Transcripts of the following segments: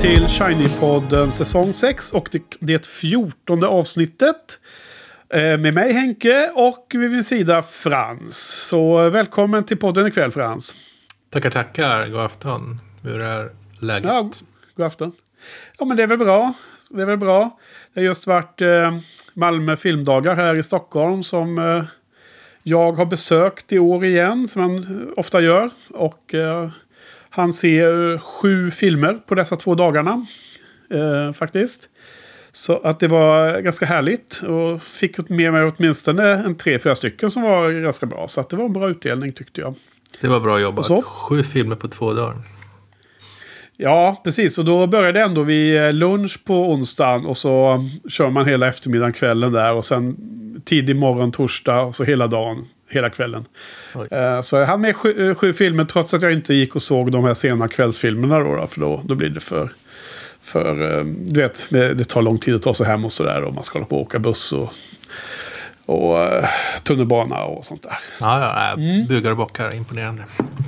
till Shiny-podden säsong 6 och det 14:e avsnittet. Med mig Henke och vid min sida Frans. Så välkommen till podden ikväll, Frans. Tackar. God afton. Hur är läget? Ja, god afton. Ja, men det är väl bra. Det har just varit Malmö filmdagar här i Stockholm som jag har besökt i år igen, som man ofta gör. Och han ser 7 filmer på dessa 2 dagarna faktiskt. Så att det var ganska härligt. Och fick med mig åtminstone en 3-4 stycken som var ganska bra. Så att det var en bra utdelning tyckte jag. Det var bra jobbat. 7 filmer på 2 dagar. Ja, precis. Och då började det ändå vid lunch på onsdagen. Och så kör man hela eftermiddagen, kvällen där. Och sen tidig morgon, torsdag. Och så hela dagen, hela kvällen. Så jag hade med 7 filmer trots att jag inte gick och såg de här sena kvällsfilmerna då. För då blir det för du vet, det tar lång tid att ta sig hem och sådär. Och man ska hålla på och åka buss och tunnelbana och sånt där. Ja, bugar och bockar, imponerande.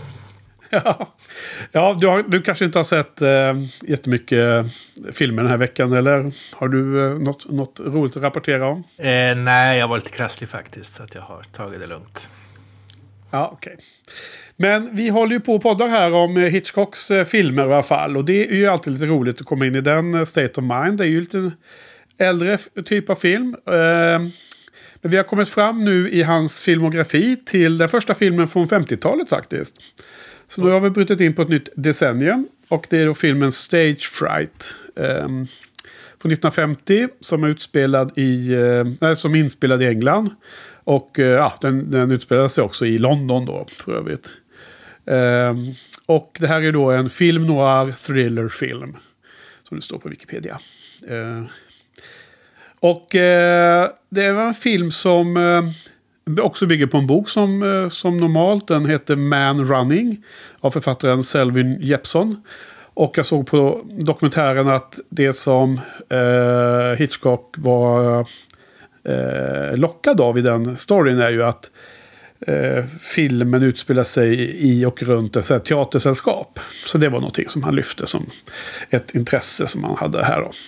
Ja, du kanske inte har sett jättemycket filmer den här veckan, eller har du något roligt att rapportera om? Nej, jag var lite krasslig faktiskt, så att jag har tagit det lugnt. Ja, okej. Men vi håller ju på och poddar här om Hitchcocks filmer i alla fall. Och det är ju alltid lite roligt att komma in i den state of mind. Det är ju lite äldre typ av film. Men vi har kommit fram nu i hans filmografi till den första filmen från 50-talet faktiskt. Så nu har vi brutit in på ett nytt decennium. Och det är då filmen Stage Fright. Från 1950 som är som inspelad i England. Och den utspelar sig också i London då för övrigt. Och det här är då en film noir thrillerfilm. Som det står på Wikipedia. Och det var en film som också bygger på en bok som normalt. Den heter Man Running av författaren Selvin Jepson. Och jag såg på dokumentären att det som Hitchcock var lockad av i den storyn är ju att filmen utspelar sig i och runt ett teatersällskap. Så det var någonting som han lyfte som ett intresse som han hade här då.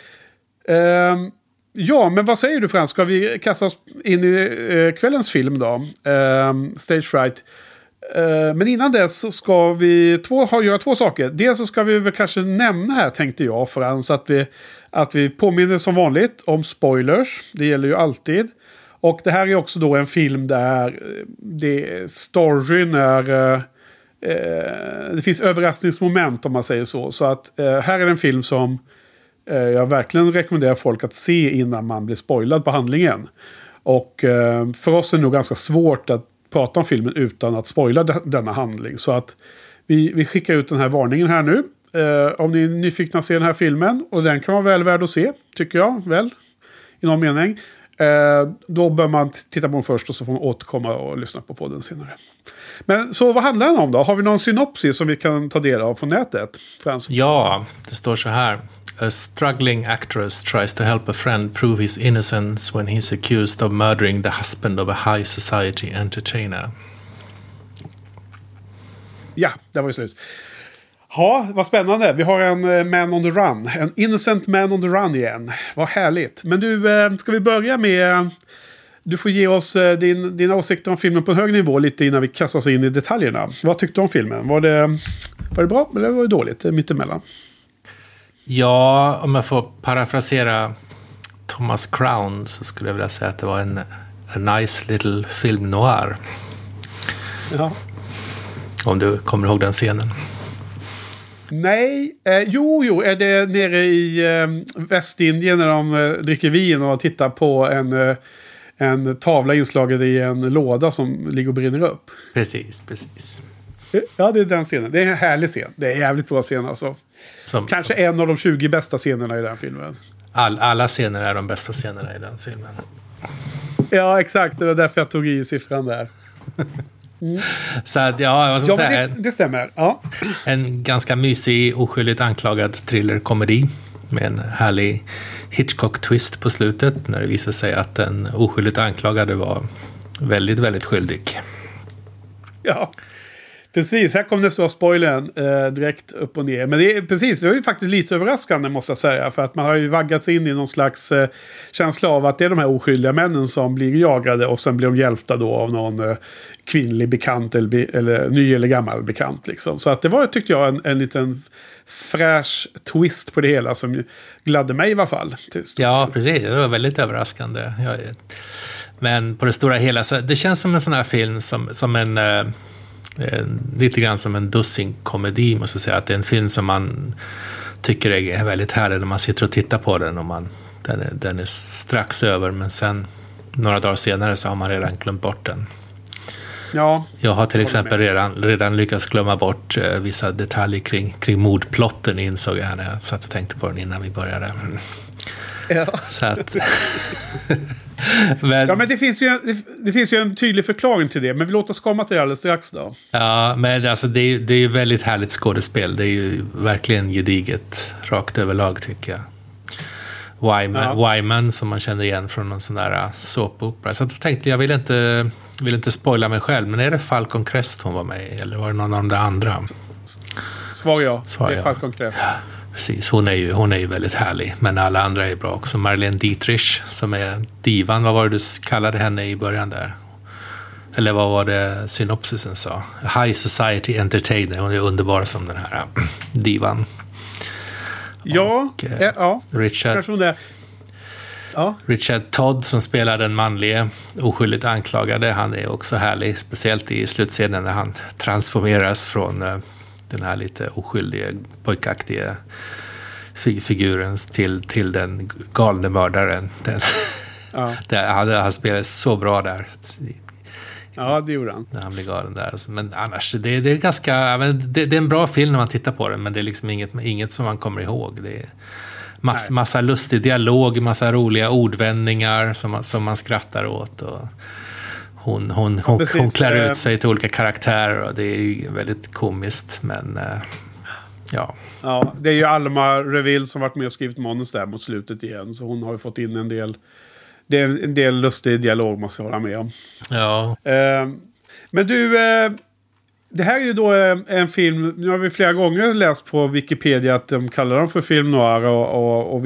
Ja, men vad säger du, Frans? Ska vi kasta oss in i kvällens film då? Stage Fright. Men innan dess så ska vi göra 2 saker. Dels så ska vi väl kanske nämna här, tänkte jag, Frans, att vi påminner som vanligt om spoilers. Det gäller ju alltid. Och det här är också då en film där storyn är... det finns överraskningsmoment om man säger så. Så att här är en film som jag verkligen rekommenderar folk att se innan man blir spoilad på handlingen. Och för oss är det nog ganska svårt att prata om filmen utan att spoila denna handling. Så att vi skickar ut den här varningen här nu. Om ni är nyfikna att se den här filmen, och den kan vara väl värd att se, tycker jag, väl, i någon mening. Då bör man titta på den först och så får man återkomma och lyssna på podden senare. Men så vad handlar den om då? Har vi någon synopsis som vi kan ta del av från nätet, Frans? Ja, det står så här. A struggling actress tries to help a friend prove his innocence when he's accused of murdering the husband of a high society entertainer. Ja, det var ju slut. Ja, vad spännande. Vi har en man on the run. En innocent man on the run igen. Vad härligt. Men du, ska vi börja med... Du får ge oss dina åsikter om filmen på en hög nivå lite innan vi kastar oss in i detaljerna. Vad tyckte du om filmen? Var det bra eller var det dåligt? Mittemellan. Ja, om jag får parafrasera Thomas Crown så skulle jag vilja säga att det var en nice little film noir. Ja. Om du kommer ihåg den scenen. Nej, jo, är det nere i Västindien när de dricker vin och tittar på en tavla inslagen i en låda som ligger och brinner upp? Precis. Ja, det är den scenen. Det är en härlig scen. Det är en jävligt bra scen alltså. Kanske en av de 20 bästa scenerna i den filmen. Alla scener är de bästa scenerna i den filmen. Ja, exakt. Det var därför jag tog i siffran där. Mm. Så att, vad ska man säga? Det stämmer. Ja. En ganska mysig, oskyldigt anklagad thriller-komedi med en härlig Hitchcock-twist på slutet när det visar sig att den oskyldigt anklagade var väldigt, väldigt skyldig. Ja. Precis, här kom den stora spoilern direkt upp och ner. Men det är ju faktiskt lite överraskande måste jag säga. För att man har ju vaggats in i någon slags känsla av att det är de här oskyldiga männen som blir jagade. Och sen blir de hjälpta då av någon kvinnlig bekant eller ny eller gammal bekant. Liksom. Så att det var, tyckte jag, en liten fräsch twist på det hela som gladde mig i alla fall. Ja, precis. Det var väldigt överraskande. Men på det stora hela, så det känns som en sån här film som en lite grann som en dussinkomedi, måste jag säga. Att det är en film som man tycker är väldigt härlig när man sitter och tittar på den. Och den är strax över, men sen några dagar senare så har man redan glömt bort den. Ja, jag har till exempel redan lyckats glömma bort vissa detaljer kring mordplotten, insåg jag när jag satt och tänkte på den innan vi började. Ja. Så att... men det finns ju en tydlig förklaring till det. Men vi låter oss komma till det alldeles strax då. Ja, men alltså det är ju väldigt härligt skådespel. Det är ju verkligen gediget rakt överlag, tycker jag. Wyman som man känner igen från någon sån där såpopera. Så jag tänkte, jag vill inte spoila mig själv. Men är det Falcon Crest hon var med i? Eller var det någon av de andra? Svar ja. Det är Falcon Crest. Precis, hon är ju väldigt härlig. Men alla andra är bra också. Marlene Dietrich som är divan. Vad var det du kallade henne i början där? Eller vad var det synopsisen sa? High Society Entertainer. Hon är underbar som den här divan. Ja, Richard, Richard Todd som spelar den manlige oskyldigt anklagade, han är också härlig, speciellt i slutscenen när han transformeras från den här lite oskyldiga pojkaktiga figuren till den galne mördaren. Han spelar så bra där. Ja, det gjorde han. När han blir galen där. Men annars, det är ganska... Det är en bra film när man tittar på den, men det är liksom inget som man kommer ihåg. Det är massa lustig dialog, massa roliga ordvändningar som man skrattar åt. Och hon klär ut sig till olika karaktärer och det är väldigt komiskt, men... Ja, det är ju Alma Reville som varit med och skrivit manus där mot slutet igen. Så hon har ju fått in en del... Det är en del lustig dialog, måste jag hålla med om. Ja. Men du, det här är ju då en film, nu har vi flera gånger läst på Wikipedia att de kallar dem för film noir och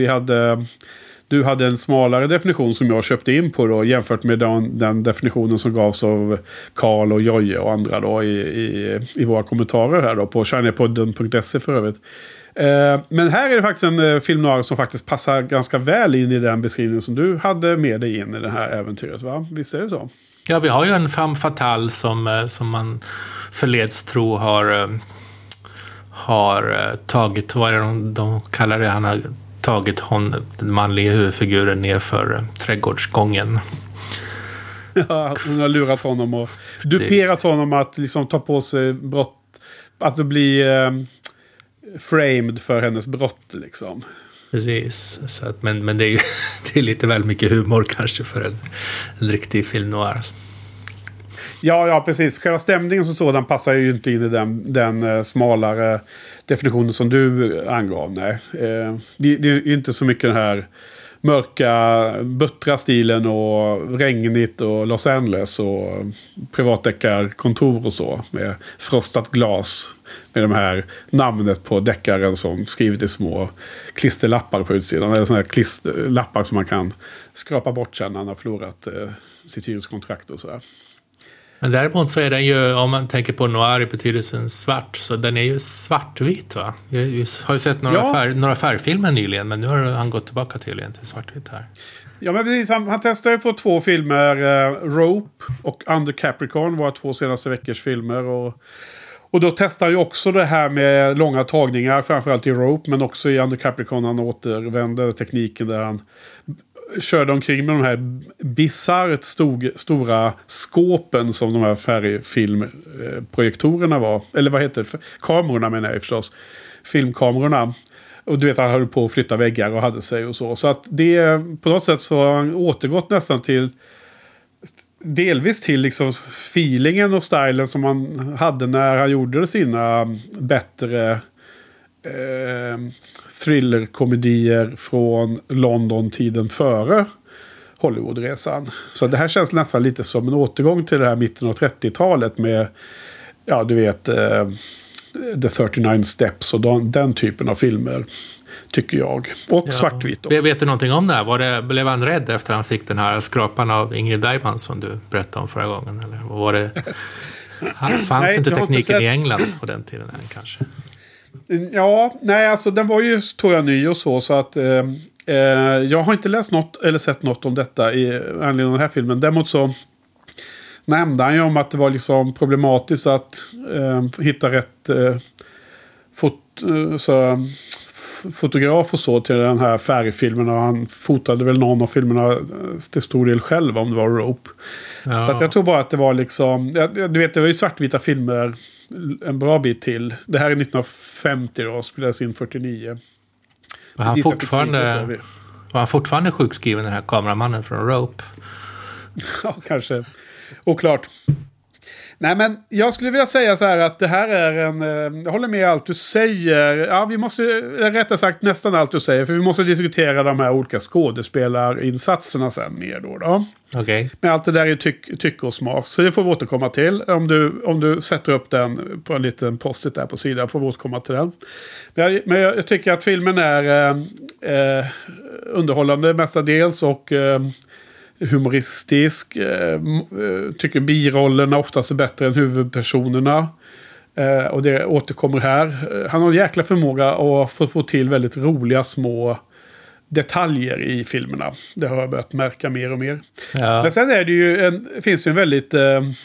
du hade en smalare definition som jag köpte in på då, jämfört med den definitionen som gavs av Carl och Joje och andra då i våra kommentarer här då på shinypodden.se för övrigt. Men här är det faktiskt en film noir som faktiskt passar ganska väl in i den beskrivningen som du hade med dig in i det här äventyret, va? Visst är det så? Ja, vi har ju en femme fatale som man förleds tro har tagit, vad är det de kallar det, han har tagit den manliga huvudfiguren ner för trädgårdsgången. Ja, hon har lurat honom och duperat honom att liksom ta på sig brott, alltså bli framed för hennes brott liksom. Precis, så att, men det är ju det är lite väl mycket humor kanske för en riktig film noir. Ja, precis. Själva stämningen som sådan passar ju inte in i den smalare definitionen som du angav. Nej. Det är ju inte så mycket den här mörka, buttra stilen och regnigt och Los Angeles och privatdeckarkontor och så med frostat glas med de här namnet på deckaren som skrivit i små klisterlappar på utsidan, eller såna här klisterlappar som man kan skrapa bort sen när han har förlorat sitt hyreskontrakt och sådär. Men däremot så är den ju, om man tänker på noir i betydelsen svart, så den är ju svartvit, va? Jag har ju sett några färgfilmer nyligen, men nu har han gått tillbaka till svartvitt här. Ja, men precis. Han testade på 2 filmer, Rope och Under Capricorn var 2 senaste veckors filmer. Och då testar ju också det här med långa tagningar, framförallt i Rope, men också i Under Capricorn han återvände tekniken där han körde omkring med de här bisarrt stora skåpen som de här färgfilmprojektorerna var. Eller vad heter det? Kamerorna menar jag förstås. Filmkamerorna. Och du vet, han höll på att flytta väggar och hade sig och så. Så att det på något sätt så har han återgått nästan till delvis till liksom feelingen och stilen som han hade när han gjorde sina bättre thrillerkomedier från London-tiden före Hollywoodresan. Så det här känns nästan lite som en återgång till det här mitten av 30-talet med ja, du vet, The 39 Steps och den typen av filmer, tycker jag. Och svartvitt. Vet du någonting om det här? Blev han rädd efter han fick den här skrapan av Ingrid Bergman som du berättade om förra gången? Eller var det... Fanns inte tekniken i England på den tiden än, kanske? Ja, nej, alltså den var ju, tror jag, ny och så att jag har inte läst något eller sett något om detta i anledning av den här filmen. Däremot så nämnde han ju om att det var liksom problematiskt att hitta rätt fotograf och så till den här färgfilmen, och han fotade väl någon av filmerna till stor del själv, om det var Rope. Ja. Så att jag tror bara att det var liksom, du vet, det var ju svartvita filmer en bra bit till. Det här är 1950 då, spelades in 49. Var han fortfarande sjukskriven, den här kameramannen från Rope? Ja, kanske. Oklart. Nej, men jag skulle vilja säga så här att det här är jag håller med allt du säger. Ja, vi måste, rättare sagt nästan allt du säger, för vi måste diskutera de här olika skådespelarinsatserna sen mer då. Okej. Men allt det där är tycke och smak, så det får vi återkomma till. Om du sätter upp den på en liten post-it där på sidan, får vi återkomma till den. Men jag tycker att filmen är underhållande mestadels och humoristisk. Tycker birollerna oftast är bättre än huvudpersonerna. Och det återkommer här. Han har en jäkla förmåga att få till väldigt roliga små detaljer i filmerna. Det har jag börjat märka mer och mer. Ja. Men sen är det ju finns ju en väldigt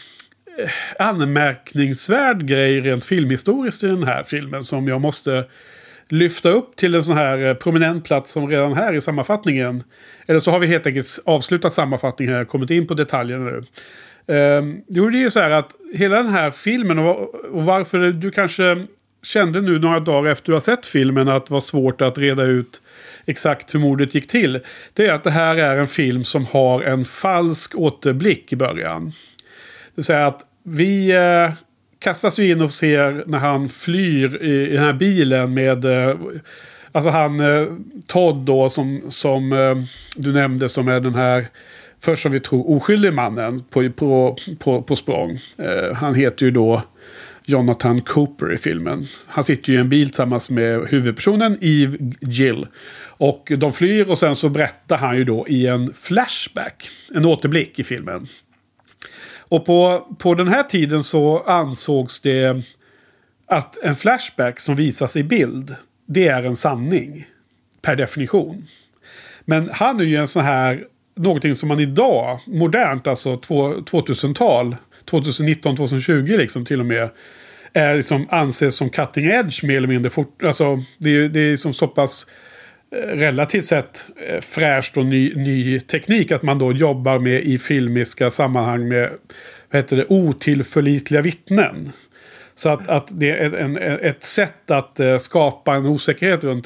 anmärkningsvärd grej rent filmhistoriskt i den här filmen som jag måste lyfta upp till en sån här prominent plats som redan här i sammanfattningen. Eller så har vi helt enkelt avslutat sammanfattningen här, kommit in på detaljerna nu. Det är ju så här att hela den här filmen och varför du kanske kände nu några dagar efter du har sett filmen att det var svårt att reda ut exakt hur mordet gick till. Det är att det här är en film som har en falsk återblick i början. Det vill säga att vi kastas ju in och ser när han flyr i den här bilen med alltså han Todd då som du nämnde, som är den här först som vi tror oskyldig mannen på språng. Han heter ju då Jonathan Cooper i filmen. Han sitter ju i en bil tillsammans med huvudpersonen Eve Gill. Och de flyr och sen så berättar han ju då i en flashback, en återblick i filmen. Och på den här tiden så ansågs det att en flashback som visas i bild, det är en sanning per definition. Men han är ju en sån här, någonting som man idag, modernt, alltså 2000-tal, 2019, 2020 liksom till och med, är liksom anses som cutting edge mer eller mindre fort. Alltså det är som så pass relativt sett fräscht och ny teknik att man då jobbar med i filmiska sammanhang med, vad heter det, otillförlitliga vittnen. Så att det är ett sätt att skapa en osäkerhet runt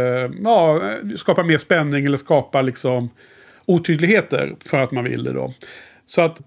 skapa mer spänning eller skapa liksom otydligheter för att man vill det då. Så att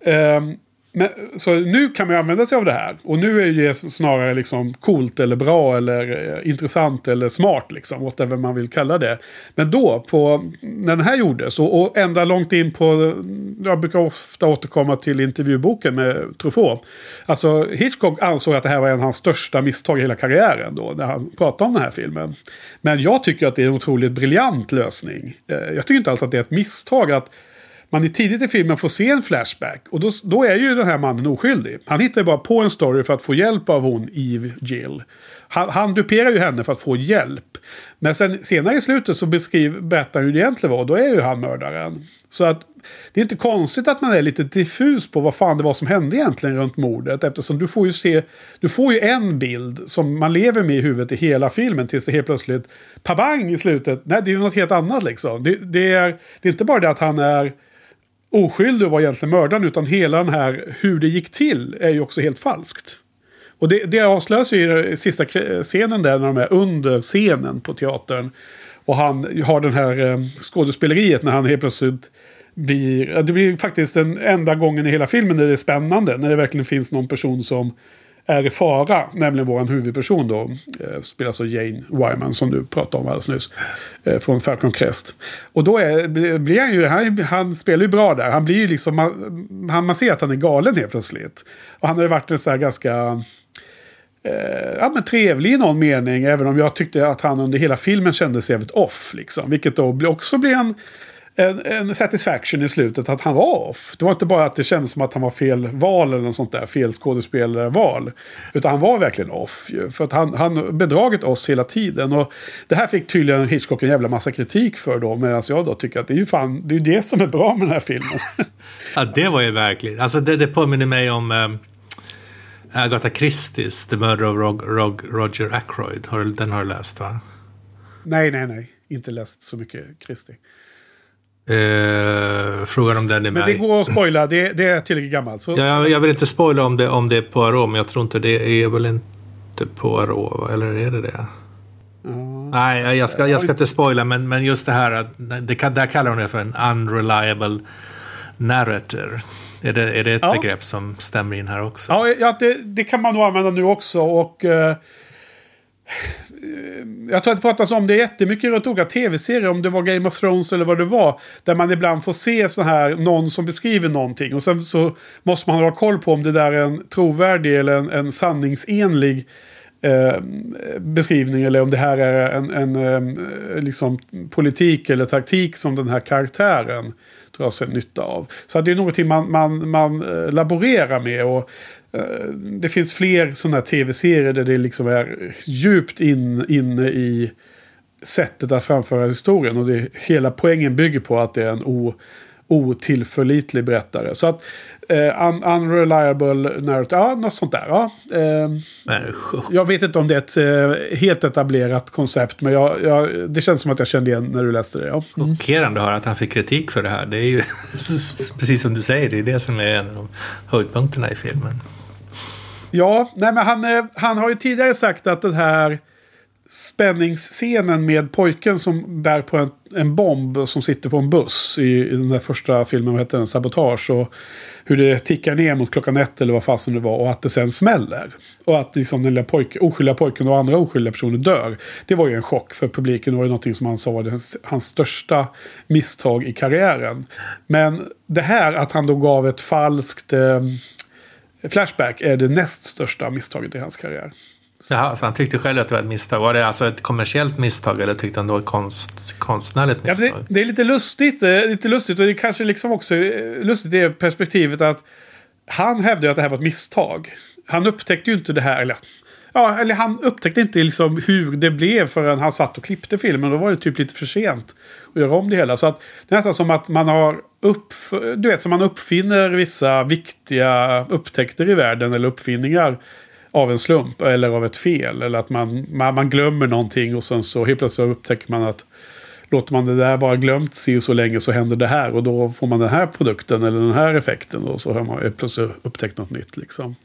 så nu kan man använda sig av det här. Och nu är det snarare liksom coolt eller bra eller intressant eller smart liksom. Whatever man vill kalla det. Men då, när den här gjordes och ända långt in på, jag brukar ofta återkomma till intervjuboken med Truffaut. Alltså Hitchcock ansåg att det här var en av hans största misstag i hela karriären då, när han pratade om den här filmen. Men jag tycker att det är en otroligt briljant lösning. Jag tycker inte alls att det är ett misstag att man tidigt i filmen får se en flashback. Och då är ju den här mannen oskyldig. Han hittar ju bara på en story för att få hjälp av hon, Eve Gill. Han duperar ju henne för att få hjälp. Men senare i slutet så berättar han hur det egentligen var. Då är ju han mördaren. Så att det är inte konstigt att man är lite diffus på vad fan det var som hände egentligen runt mordet. Eftersom du får ju en bild som man lever med i huvudet i hela filmen tills det helt plötsligt pabang i slutet. Nej, det är ju något helt annat liksom. Det är inte bara det att han är oskyldig och var egentligen mördaren, utan hela den här hur det gick till är ju också helt falskt. Och det avslöjas ju i sista scenen där när de är under scenen på teatern. Och han har den här skådespeleriet när han helt plötsligt det blir faktiskt den enda gången i hela filmen där det är spännande. När det verkligen finns någon person som är i fara, nämligen vår huvudperson då, spelas av Jane Wyman som du pratade om alldeles nyss, från Falcon Crest. Och då blir han ju, han spelar ju bra där. Han blir ju liksom, man ser att han är galen helt plötsligt. Och han har ju varit en så här ganska men trevlig i någon mening. Även om jag tyckte att han under hela filmen kändes jävligt off. Liksom. Vilket då också blir en satisfaction i slutet att han var off. Det var inte bara att det kändes som att han var fel val eller något sånt där. Fel skådespelarval. Utan han var verkligen off. Ju, för att han bedragit oss hela tiden. Och det här fick tydligen Hitchcock en jävla massa kritik för då. Medan jag då tycker att det är ju det som är bra med den här filmen. Ja, det var ju verkligen. Alltså det påminner mig om Agatha Christies The Murder of Roger Ackroyd. Den har du läst, va? Nej. Inte läst så mycket Christie. Frågar om den är med. Men det går att spoila, det är tillräckligt gammalt. Så. Jag vill inte spoila om det är Poirot, men jag tror inte det är väl inte Poirot, eller är det? Nej, jag ska inte spoila, men just det här att där kallar hon det för en unreliable narrator. Är det ett begrepp som stämmer in här också? Ja, det kan man nog använda nu också. Och jag tror att det pratas om det jättemycket runt olika tv-serier, om det var Game of Thrones eller vad det var, där man ibland får se så här någon som beskriver någonting och sen så måste man ha koll på om det där är en trovärdig eller en sanningsenlig beskrivning, eller om det här är en liksom politik eller taktik som den här karaktären tror jag ser nytta av. Så det är någonting man laborerar med, och det finns fler sådana här tv-serier där det liksom är djupt inne i sättet att framföra historien, och hela poängen bygger på att det är en otillförlitlig berättare. Så att unreliable narrative, något sånt där. Ja. Jag vet inte om det är ett helt etablerat koncept, men det känns som att jag kände igen när du läste det. Ja. Chockerande att höra att han fick kritik för det här. Det är ju precis som du säger, det är det som är en av de höjdpunkterna i filmen. Ja, nej, men han har ju tidigare sagt att den här spänningsscenen med pojken som bär på en bomb som sitter på en buss i den där första filmen, vad heter den, Sabotage, och hur det tickar ner mot klockan 1 eller vad fasen det var, och att det sen smäller och att liksom den lilla oskyldiga pojken och andra oskyldiga personer dör. Det var ju en chock för publiken, och det var någonting som han sa var hans största misstag i karriären. Men det här att han då gav ett falskt flashback är det näst största misstaget i hans karriär. Jaha, så han tyckte själv att det var ett misstag. Var det alltså ett kommersiellt misstag, eller tyckte han då ett konstnärligt misstag? Ja, det är lite lustigt, och det är kanske liksom också lustigt i det perspektivet att han hävdade att det här var ett misstag. Han upptäckte ju inte det här, eller han upptäckte inte liksom hur det blev förrän han satt och klippte filmen. Då var det typ lite för sent att göra om det hela. Så att det är nästan som att man har som man uppfinner vissa viktiga upptäckter i världen, eller uppfinningar av en slump eller av ett fel, eller att man glömmer någonting och sen så helt plötsligt upptäcker man att låter man det där vara glömt så länge, så händer det här, och då får man den här produkten eller den här effekten, och så har man plötsligt upptäckt något nytt liksom.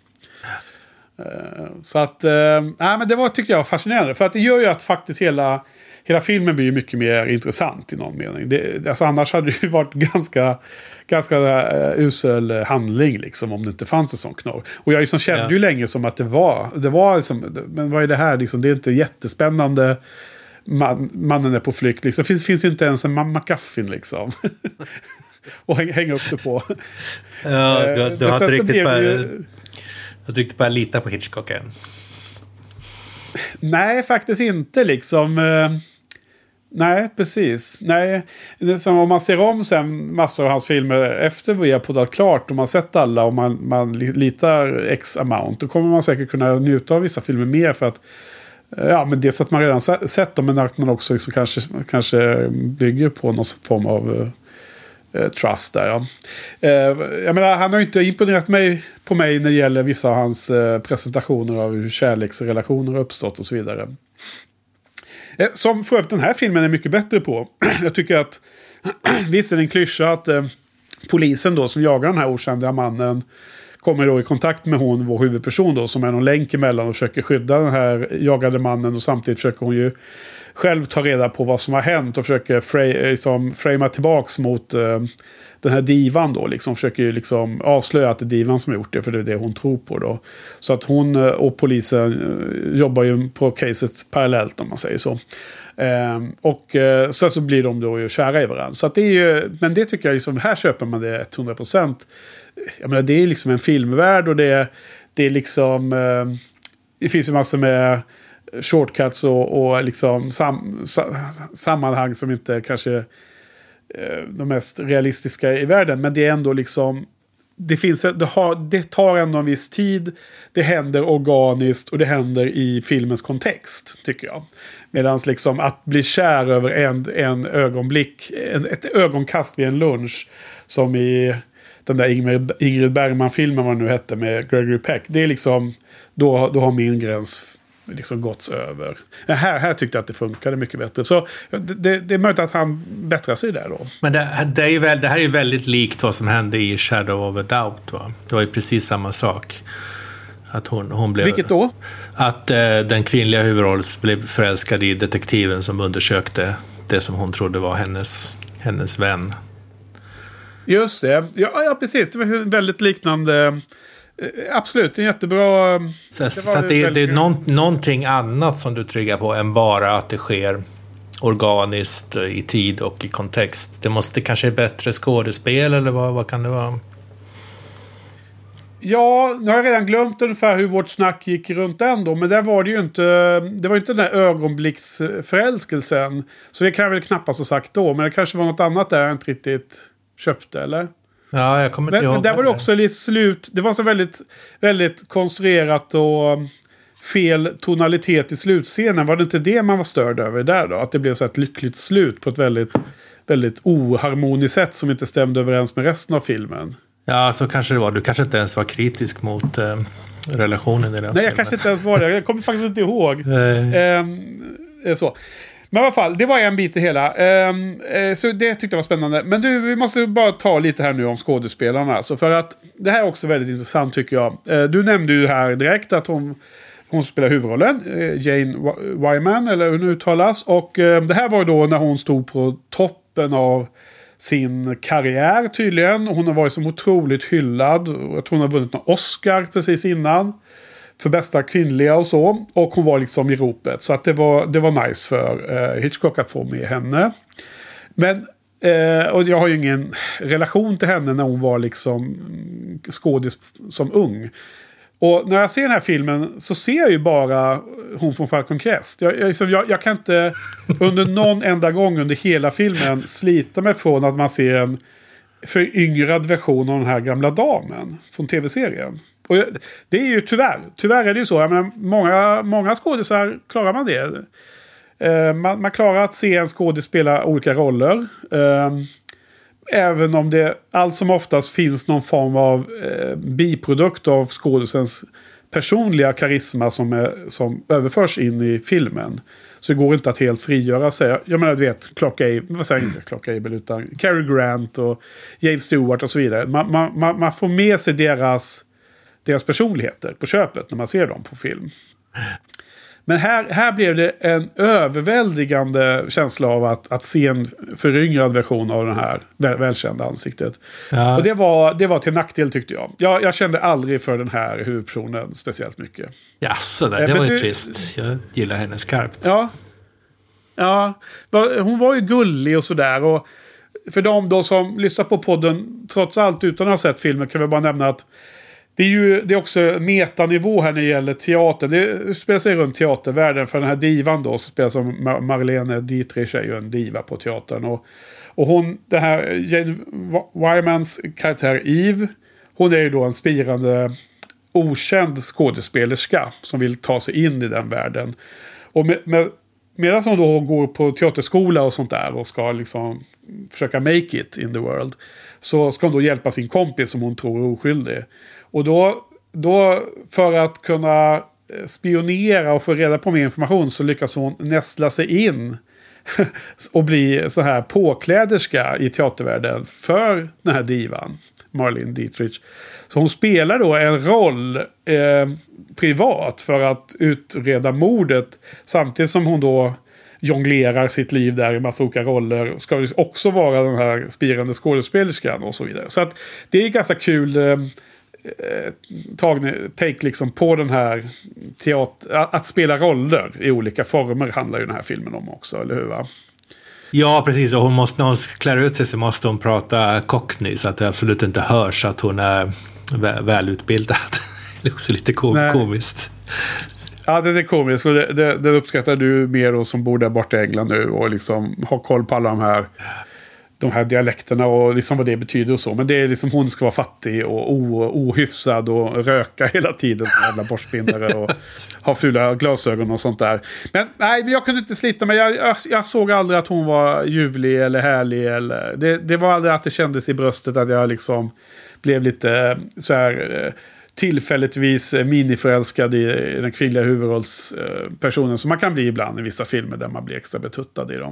Så att men det var, tycker jag, fascinerande, för att det gör ju att faktiskt hela filmen blir mycket mer intressant i någon mening. Alltså annars hade det ju varit ganska usel handling liksom, om det inte fanns en sån knorr. Och jag liksom kände ju länge som att det var liksom, men vad är det här liksom? Det är inte jättespännande. Mannen är på flykt liksom. Finns inte ens en McGuffin liksom. Och hänga upp det på. Ja, du har inte riktigt börjat lita på Hitchcock än. Nej, faktiskt inte liksom. Nej, precis. Nej, det är som om man ser om sen massor av hans filmer efter vi har poddat klart och man sett alla och man litar x amount, då kommer man säkert kunna njuta av vissa filmer mer, för att men dels att man redan sett dem, men att man också liksom kanske bygger på någon form av trust där. Ja. Jag menar, han har ju inte imponerat på mig när det gäller vissa av hans presentationer av hur kärleksrelationer har uppstått och så vidare. Som för att den här filmen är mycket bättre på. Jag tycker att visst är det en klyscha att polisen då som jagar den här okända mannen kommer då i kontakt med vår huvudperson då, som är någon länk emellan och försöker skydda den här jagade mannen, och samtidigt försöker hon ju själv ta reda på vad som har hänt och försöker framea tillbaks mot den här divan då, liksom försöker ju liksom avslöja att det är divan som har gjort det, för det är det hon tror på då. Så att hon och polisen jobbar ju på caset parallellt, om man säger så. Och så blir de då ju kära i varandra. Så att det är ju, men det tycker jag liksom, här köper man det 100%. Jag menar, det är liksom en filmvärld, och det är liksom det finns ju massor med shortcuts och liksom sammanhang som inte kanske de mest realistiska i världen. Men det är ändå liksom det tar ändå en viss tid. Det händer organiskt och det händer i filmens kontext, tycker jag. Medan liksom att bli kär över en ögonblick, ett ögonkast vid en lunch, som i den där Ingrid Bergman-filmen, vad det nu hette, med Gregory Peck. Det är liksom, då har min gräns liksom gått över. Här tyckte jag att det funkade mycket bättre. Så det är möjligt att han bättrar sig där då. Men det här är ju väldigt likt vad som hände i Shadow of a Doubt, va? Det var ju precis samma sak. Att hon blev... Vilket då? Att den kvinnliga huvudrollen blev förälskad i detektiven som undersökte det som hon trodde var hennes vän. Just det. Ja, precis. Det var väldigt liknande... Absolut, det är jättebra. Så det är någonting annat som du tryggar på än bara att det sker organiskt i tid och i kontext. Det måste kanske är bättre skådespel, eller vad kan det vara? Ja, nu har jag redan glömt ungefär hur vårt snack gick runt ändå. Men där var det ju inte... Det var inte den där ögonblicksförälskelsen. Så det kan jag väl knappast ha sagt då. Men det kanske var något annat där jag inte riktigt köpte, eller? Ja, jag kommer inte ihåg. Men där var det också lite slut. Det var så väldigt, väldigt konstruerat och fel tonalitet i slutscenen. Var det inte det man var störd över där då? Att det blev så ett lyckligt slut på ett väldigt, väldigt oharmoniskt sätt som inte stämde överens med resten av filmen. Ja, så kanske det var. Du kanske inte ens var kritisk mot relationen i den. Nej, jag kanske inte ens var det. Jag kommer faktiskt inte ihåg. Så. Men i alla fall, det var en bit i hela. Så det tyckte jag var spännande. Men du, vi måste bara ta lite här nu om skådespelarna. Alltså, för att det här är också väldigt intressant, tycker jag. Du nämnde ju här direkt att hon spelar huvudrollen. Jane Wyman, eller hur det uttalas. Och det här var då när hon stod på toppen av sin karriär tydligen. Hon har varit så otroligt hyllad. Jag tror hon har vunnit en Oscar precis innan. För bästa kvinnliga och så. Och hon var liksom i ropet. Så att det var nice för Hitchcock att få med henne. Men och jag har ju ingen relation till henne när hon var liksom skådis som ung. Och när jag ser den här filmen så ser jag ju bara hon från Falcon Crest. Jag kan inte under någon enda gång under hela filmen slita mig från att man ser en föryngrad version av den här gamla damen från tv-serien. Och det är ju tyvärr är det ju så. Jag menar, många skådisar klarar man det. Man klarar att se en skådis spela olika roller. Även om det allt som oftast finns någon form av biprodukt av skådisens personliga karisma som överförs in i filmen. Så det går inte att helt frigöra sig. Jag menar, du vet, Clark Gable, utan Cary Grant och James Stewart och så vidare. Man får med sig deras personligheter på köpet när man ser dem på film. Men här blev det en överväldigande känsla av att se en föryngrad version av den här välkända ansiktet. Ja. Och det var till nackdel, tyckte jag. Jag kände aldrig för den här huvudpersonen speciellt mycket. Ja, så där. Det var ju trist. Jag gillar henne skarpt. Ja, hon var ju gullig och sådär. Och för de då som lyssnar på podden, trots allt utan att ha sett filmen, kan vi bara nämna att det är också metanivå här när det gäller teatern. Det spelar sig runt teatervärlden, för den här divan då, som spelar som Marlene Dietrich, är ju en diva på teatern. Och hon, det här Jane Wymans karaktär Eve, hon är ju då en spirande okänd skådespelerska som vill ta sig in i den världen. Och medan hon då går på teaterskola och sånt där och ska liksom försöka make it in the world, så ska hon då hjälpa sin kompis som hon tror är oskyldig. Och då för att kunna spionera och få reda på mer information, så lyckas hon nästla sig in och bli så här påkläderska i teatervärlden för den här divan, Marlene Dietrich. Så hon spelar då en roll privat för att utreda mordet, samtidigt som hon då jonglerar sitt liv där i massa olika roller. Ska också vara den här spirande skådespelerskan och så vidare. Så att det är ganska kul take liksom på den här att spela roller i olika former handlar ju den här filmen om också, eller hur, va? Ja, precis. Och när hon klär ut sig så måste hon prata cockney så att det absolut inte hörs att hon är välutbildad. Det är också lite komiskt. Ja, det är komiskt. Och det uppskattar du mer då, som bor där borta i England nu och liksom har koll på alla de här dialekterna och liksom vad det betyder och så. Men det är liksom hon ska vara fattig och ohyfsad och röka hela tiden med jävla borstbindare och ha fula glasögon och sånt där. Men nej, jag kunde inte slita mig. Jag såg aldrig att hon var ljuvlig eller härlig. Eller, det var aldrig att det kändes i bröstet att jag liksom blev lite så här tillfälligtvis miniförälskad i den kvinnliga huvudrollspersonen som man kan bli ibland i vissa filmer där man blir extra betuttad i dem.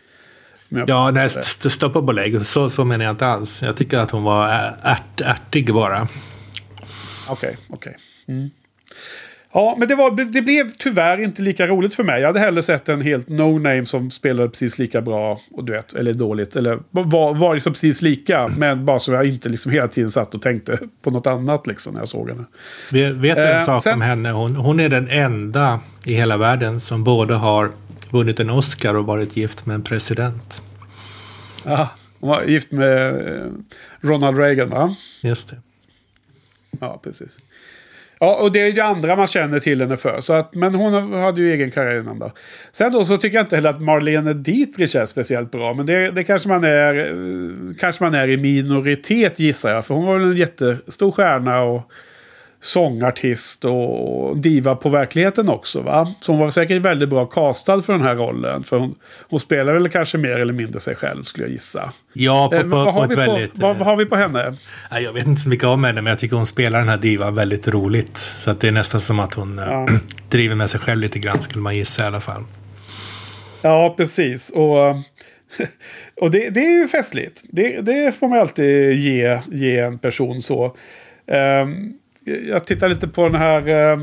Ja, nej, stoppa på lägg. Så menar jag inte alls. Jag tycker att hon var ärtig bara. Okej. Mm. Ja, men det blev tyvärr inte lika roligt för mig. Jag hade hellre sett en helt no-name som spelade precis lika bra, och du vet, eller dåligt, eller var liksom precis lika, men bara så jag inte liksom hela tiden satt och tänkte på något annat liksom när jag såg henne. Vi vet en sak om henne. Hon är den enda i hela världen som både har vunnit en Oscar och varit gift med en president. Ja, hon var gift med Ronald Reagan, va? Just det. Ja, precis. Ja, och det är ju andra man känner till henne för. Så att, men hon hade ju egen karriär innan då. Sen då så tycker jag inte heller att Marlene Dietrich är speciellt bra. Men det kanske man är i minoritet, gissar jag. För hon var väl en jättestor stjärna och sångartist och diva på verkligheten också, va? Så hon var säkert väldigt bra castad för den här rollen. För hon spelar väl kanske mer eller mindre sig själv, skulle jag gissa. Ja, vad har vi på henne? Jag vet inte så mycket om henne, men jag tycker hon spelar den här divan väldigt roligt. Så att det är nästan som att hon driver med sig själv lite grann, skulle man gissa i alla fall. Ja, precis. Och det är ju festligt. Det får man alltid ge en person så. Jag tittar lite på den här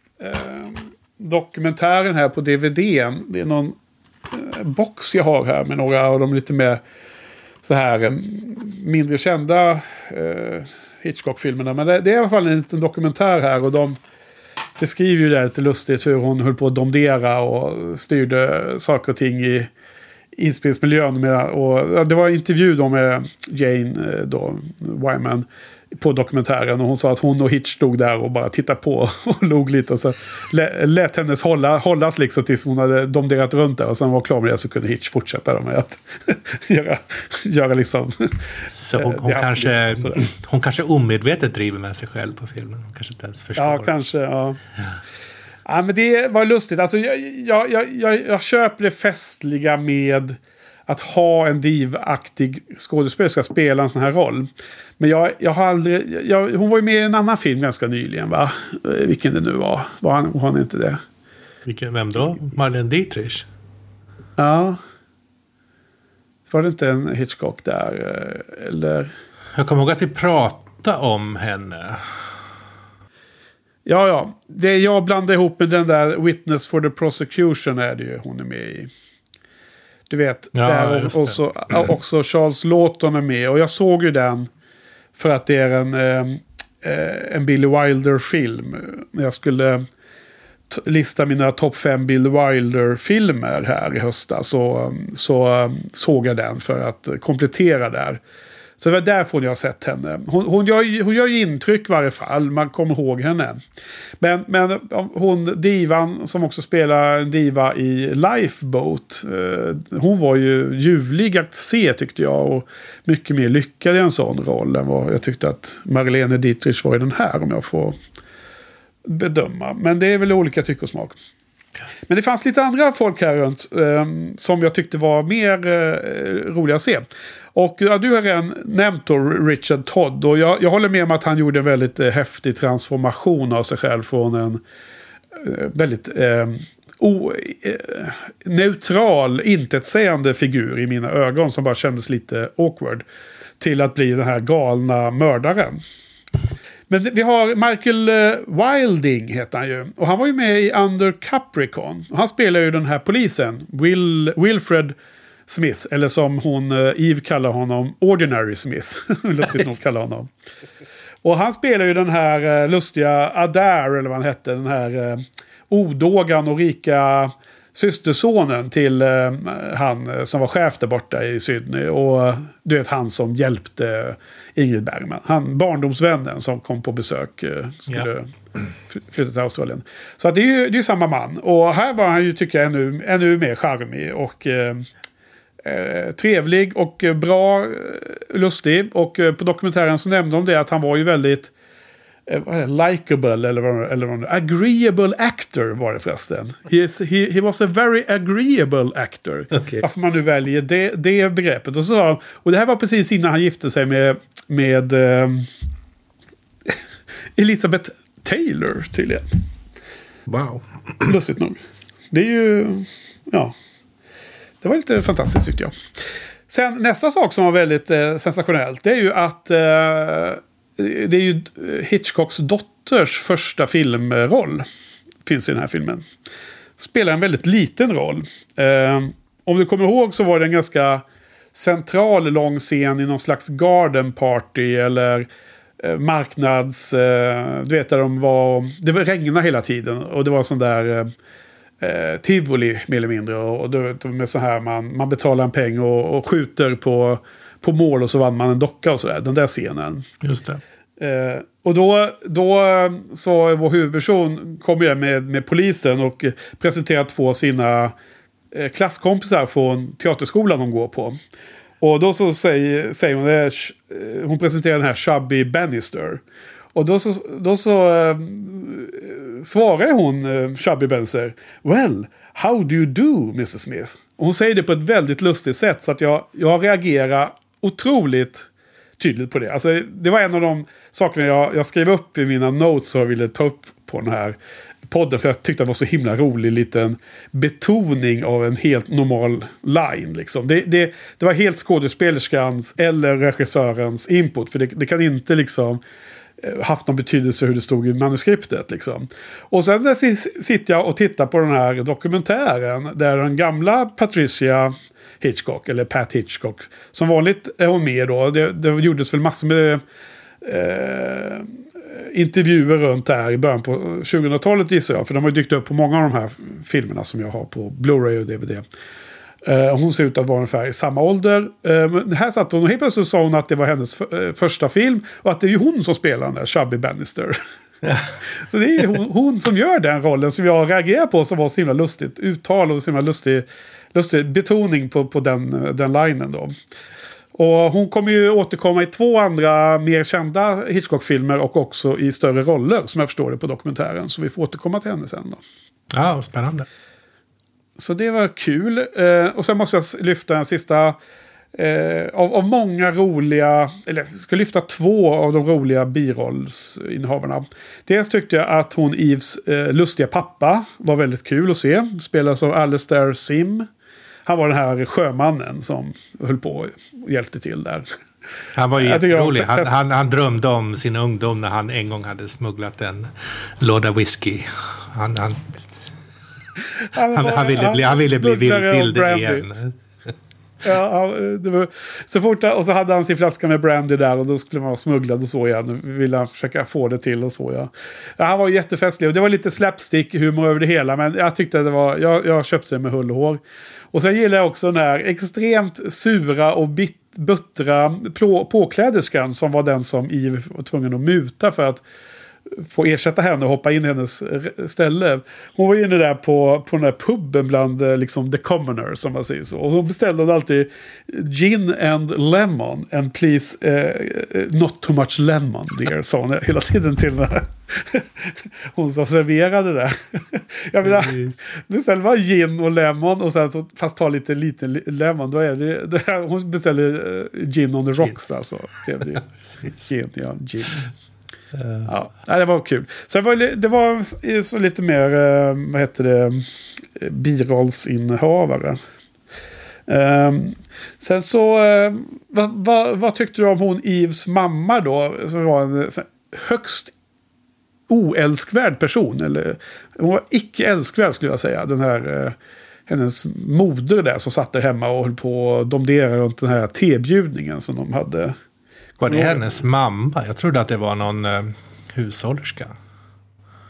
dokumentären här på DVD:n. Det är någon box jag har här med några av de lite mer så här mindre kända Hitchcock-filmerna. Men det är i alla fall en liten dokumentär här, och de beskriver ju det lite lustigt hur hon höll på att domdera och styrde saker och ting i inspelningsmiljön. Och det var en intervju då med Jane då, Wyman, på dokumentären, och hon sa att hon och Hitch stod där och bara tittade på och log lite, och så lät hennes hållas liksom tills hon hade domderat runt där, och sen var klar med det, så kunde Hitch fortsätta med att göra liksom så hon kanske omedvetet driver med sig själv på filmen. Hon kanske inte ens förstår. Ja, kanske, ja. Ja, men det var lustigt. Alltså, jag köper det festliga med att ha en divaktig skådespelare ska spela en sån här roll. Men jag har aldrig... hon var ju med i en annan film ganska nyligen, va? Vilken det nu var. Var han inte det? Vem då? Marlene Dietrich? Ja. Var det inte en Hitchcock där? Eller... Jag kommer ihåg att vi pratade om henne. Ja. Det jag blandar ihop med den där Witness for the Prosecution är det ju hon är med i. Du vet, där också Charles Lawton är med. Och jag såg ju den för att det är en Billy Wilder-film. När jag skulle lista mina topp 5 Billy Wilder-filmer här i höstas, så såg jag den för att komplettera där. Så det var därför jag har sett henne. Hon gör ju intryck i varje fall. Man kommer ihåg henne. Men hon, divan som också spelar en diva i Lifeboat. Hon var ju ljuvlig att se, tyckte jag. Och mycket mer lyckad i en sån roll än vad jag tyckte att Marlene Dietrich var i den här, om jag får bedöma. Men det är väl olika tyck och smak. Men det fanns lite andra folk här runt som jag tyckte var mer roliga att se. Och du har redan nämnt då Richard Todd. Och jag håller med om att han gjorde en väldigt häftig transformation av sig själv från en väldigt neutral, intetsägande figur i mina ögon som bara kändes lite awkward, till att bli den här galna mördaren. Men vi har Michael Wilding, heter han ju. Och han var ju med i Under Capricorn. Och han spelar ju den här polisen, Wilfred Smith. Eller som Eve kallar honom, Ordinary Smith. Lustigt nog kallar honom. Och han spelar ju den här lustiga Adair, eller vad han hette. Den här odågan och rika systersonen till han som var chef där borta i Sydney. Och du vet han som hjälpte Ingrid Bergman. Han barndomsvännen som kom på besök skulle flytta till Australien. Så att det är ju samma man. Och här var han ju, tycker jag, ännu mer charmig och trevlig och bra, lustig. Och på dokumentären så nämnde de det att han var ju väldigt likable eller agreeable actor var det förresten. He was a very agreeable actor. Okay. Varför man nu väljer det begreppet. Och, så, och det här var precis innan han gifte sig med Elizabeth Taylor tydligen. Wow. Lustigt nog. Det är ju... Ja. Det var lite fantastiskt tyckte jag. Sen nästa sak som var väldigt sensationellt. Det är ju att... det är ju Hitchcocks dotters första filmroll. Finns i den här filmen. Spelar en väldigt liten roll. Om du kommer ihåg så var det en ganska central lång scen i någon slags garden party eller marknads... du vet där det regnade hela tiden. Och det var sån där tivoli mer eller mindre. Och det med så här man betalar en peng och skjuter på mål och så vann man en docka och sådär. Den där scenen. Just det. Och då så vår huvudperson kom ju med polisen och presenterade 2 sina klasskompisar från teaterskolan de går på. Och då så säger hon det, hon presenterar den här Chubby Bannister. Och då så svarar hon Chubby Bannister, well, how do you do, Mrs. Smith? Och hon säger det på ett väldigt lustigt sätt så att jag reagerar otroligt tydligt på det. Alltså, det var en av de sakerna jag skrev upp i mina notes och ville ta upp på den här podden. För jag tyckte det var så himla rolig liten betoning av en helt normal line. Liksom. Det var helt skådespelerskans eller regissörens input. För det kan inte liksom haft någon betydelse hur det stod i manuskriptet. Liksom. Och sen där sitter jag och tittar på den här dokumentären där den gamla Patricia Hitchcock, eller Pat Hitchcock, som vanligt är hon med då. Det gjordes väl massor med intervjuer runt där i början på 2000-talet gissar jag. För de har dykt upp på många av de här filmerna som jag har på Blu-ray och DVD. Hon ser ut att vara ungefär i samma ålder. Här satt hon och helt plötsligt sa hon att det var hennes första film. Och att det är ju hon som spelar den där Chubby Bannister. Så det är hon som gör den rollen som jag reagerar på, som var så himla lustigt uttal och så himla lustig betoning på den linen då. Och hon kommer ju återkomma i 2 andra mer kända Hitchcock-filmer och också i större roller som jag förstår det på dokumentären. Så vi får återkomma till henne sen då. Ja, spännande. Så det var kul. Och sen måste jag lyfta en sista av många roliga, eller jag ska lyfta 2 av de roliga birollsinnehavarna. Dels tyckte jag att hon Eves lustiga pappa var väldigt kul att se. Spelas av Alastair Sim. Han var den här sjömannen som höll på och hjälpte till där. Han var ju jätterolig. Han drömde om sin ungdom när han en gång hade smugglat en låda whisky. Han ville bli vild igen. Ja, det var, så fort, och så hade han sin flaska med brandy där och då skulle man vara smugglad och så igen. Ville han försöka få det till och så, ja. Han var jättefestlig och det var lite slapstick-humor över det hela, men jag tyckte det var, jag köpte det med hull och hår. Och sen gillar jag också den här extremt sura och buttra påkläderskan som var den som Eve var tvungen att muta för att få ersätta henne och hoppa in i hennes ställe. Hon var inne där på den här puben bland liksom the commoners som man säger så. Och hon beställde alltid gin and lemon and please not too much lemon dear, sa hon hela tiden till den här. Hon som serverade det. Jag menar, beställde bara gin och lemon och sen så, fast ta lite lemon, då är det här, hon beställde gin on the rocks gin. Alltså. Gin. Ja, det var kul. Så det var så lite mer vad heter det, birollsinnehavare. Sen så vad tyckte du om hon Eves mamma då, som var en högst oälskvärd person, eller hon var icke älskvärd skulle jag säga, den här hennes moder där som satt där hemma och höll på att domdera runt den här tebjudningen som de hade. Var det hennes mamma? Jag trodde att det var någon hushållerska.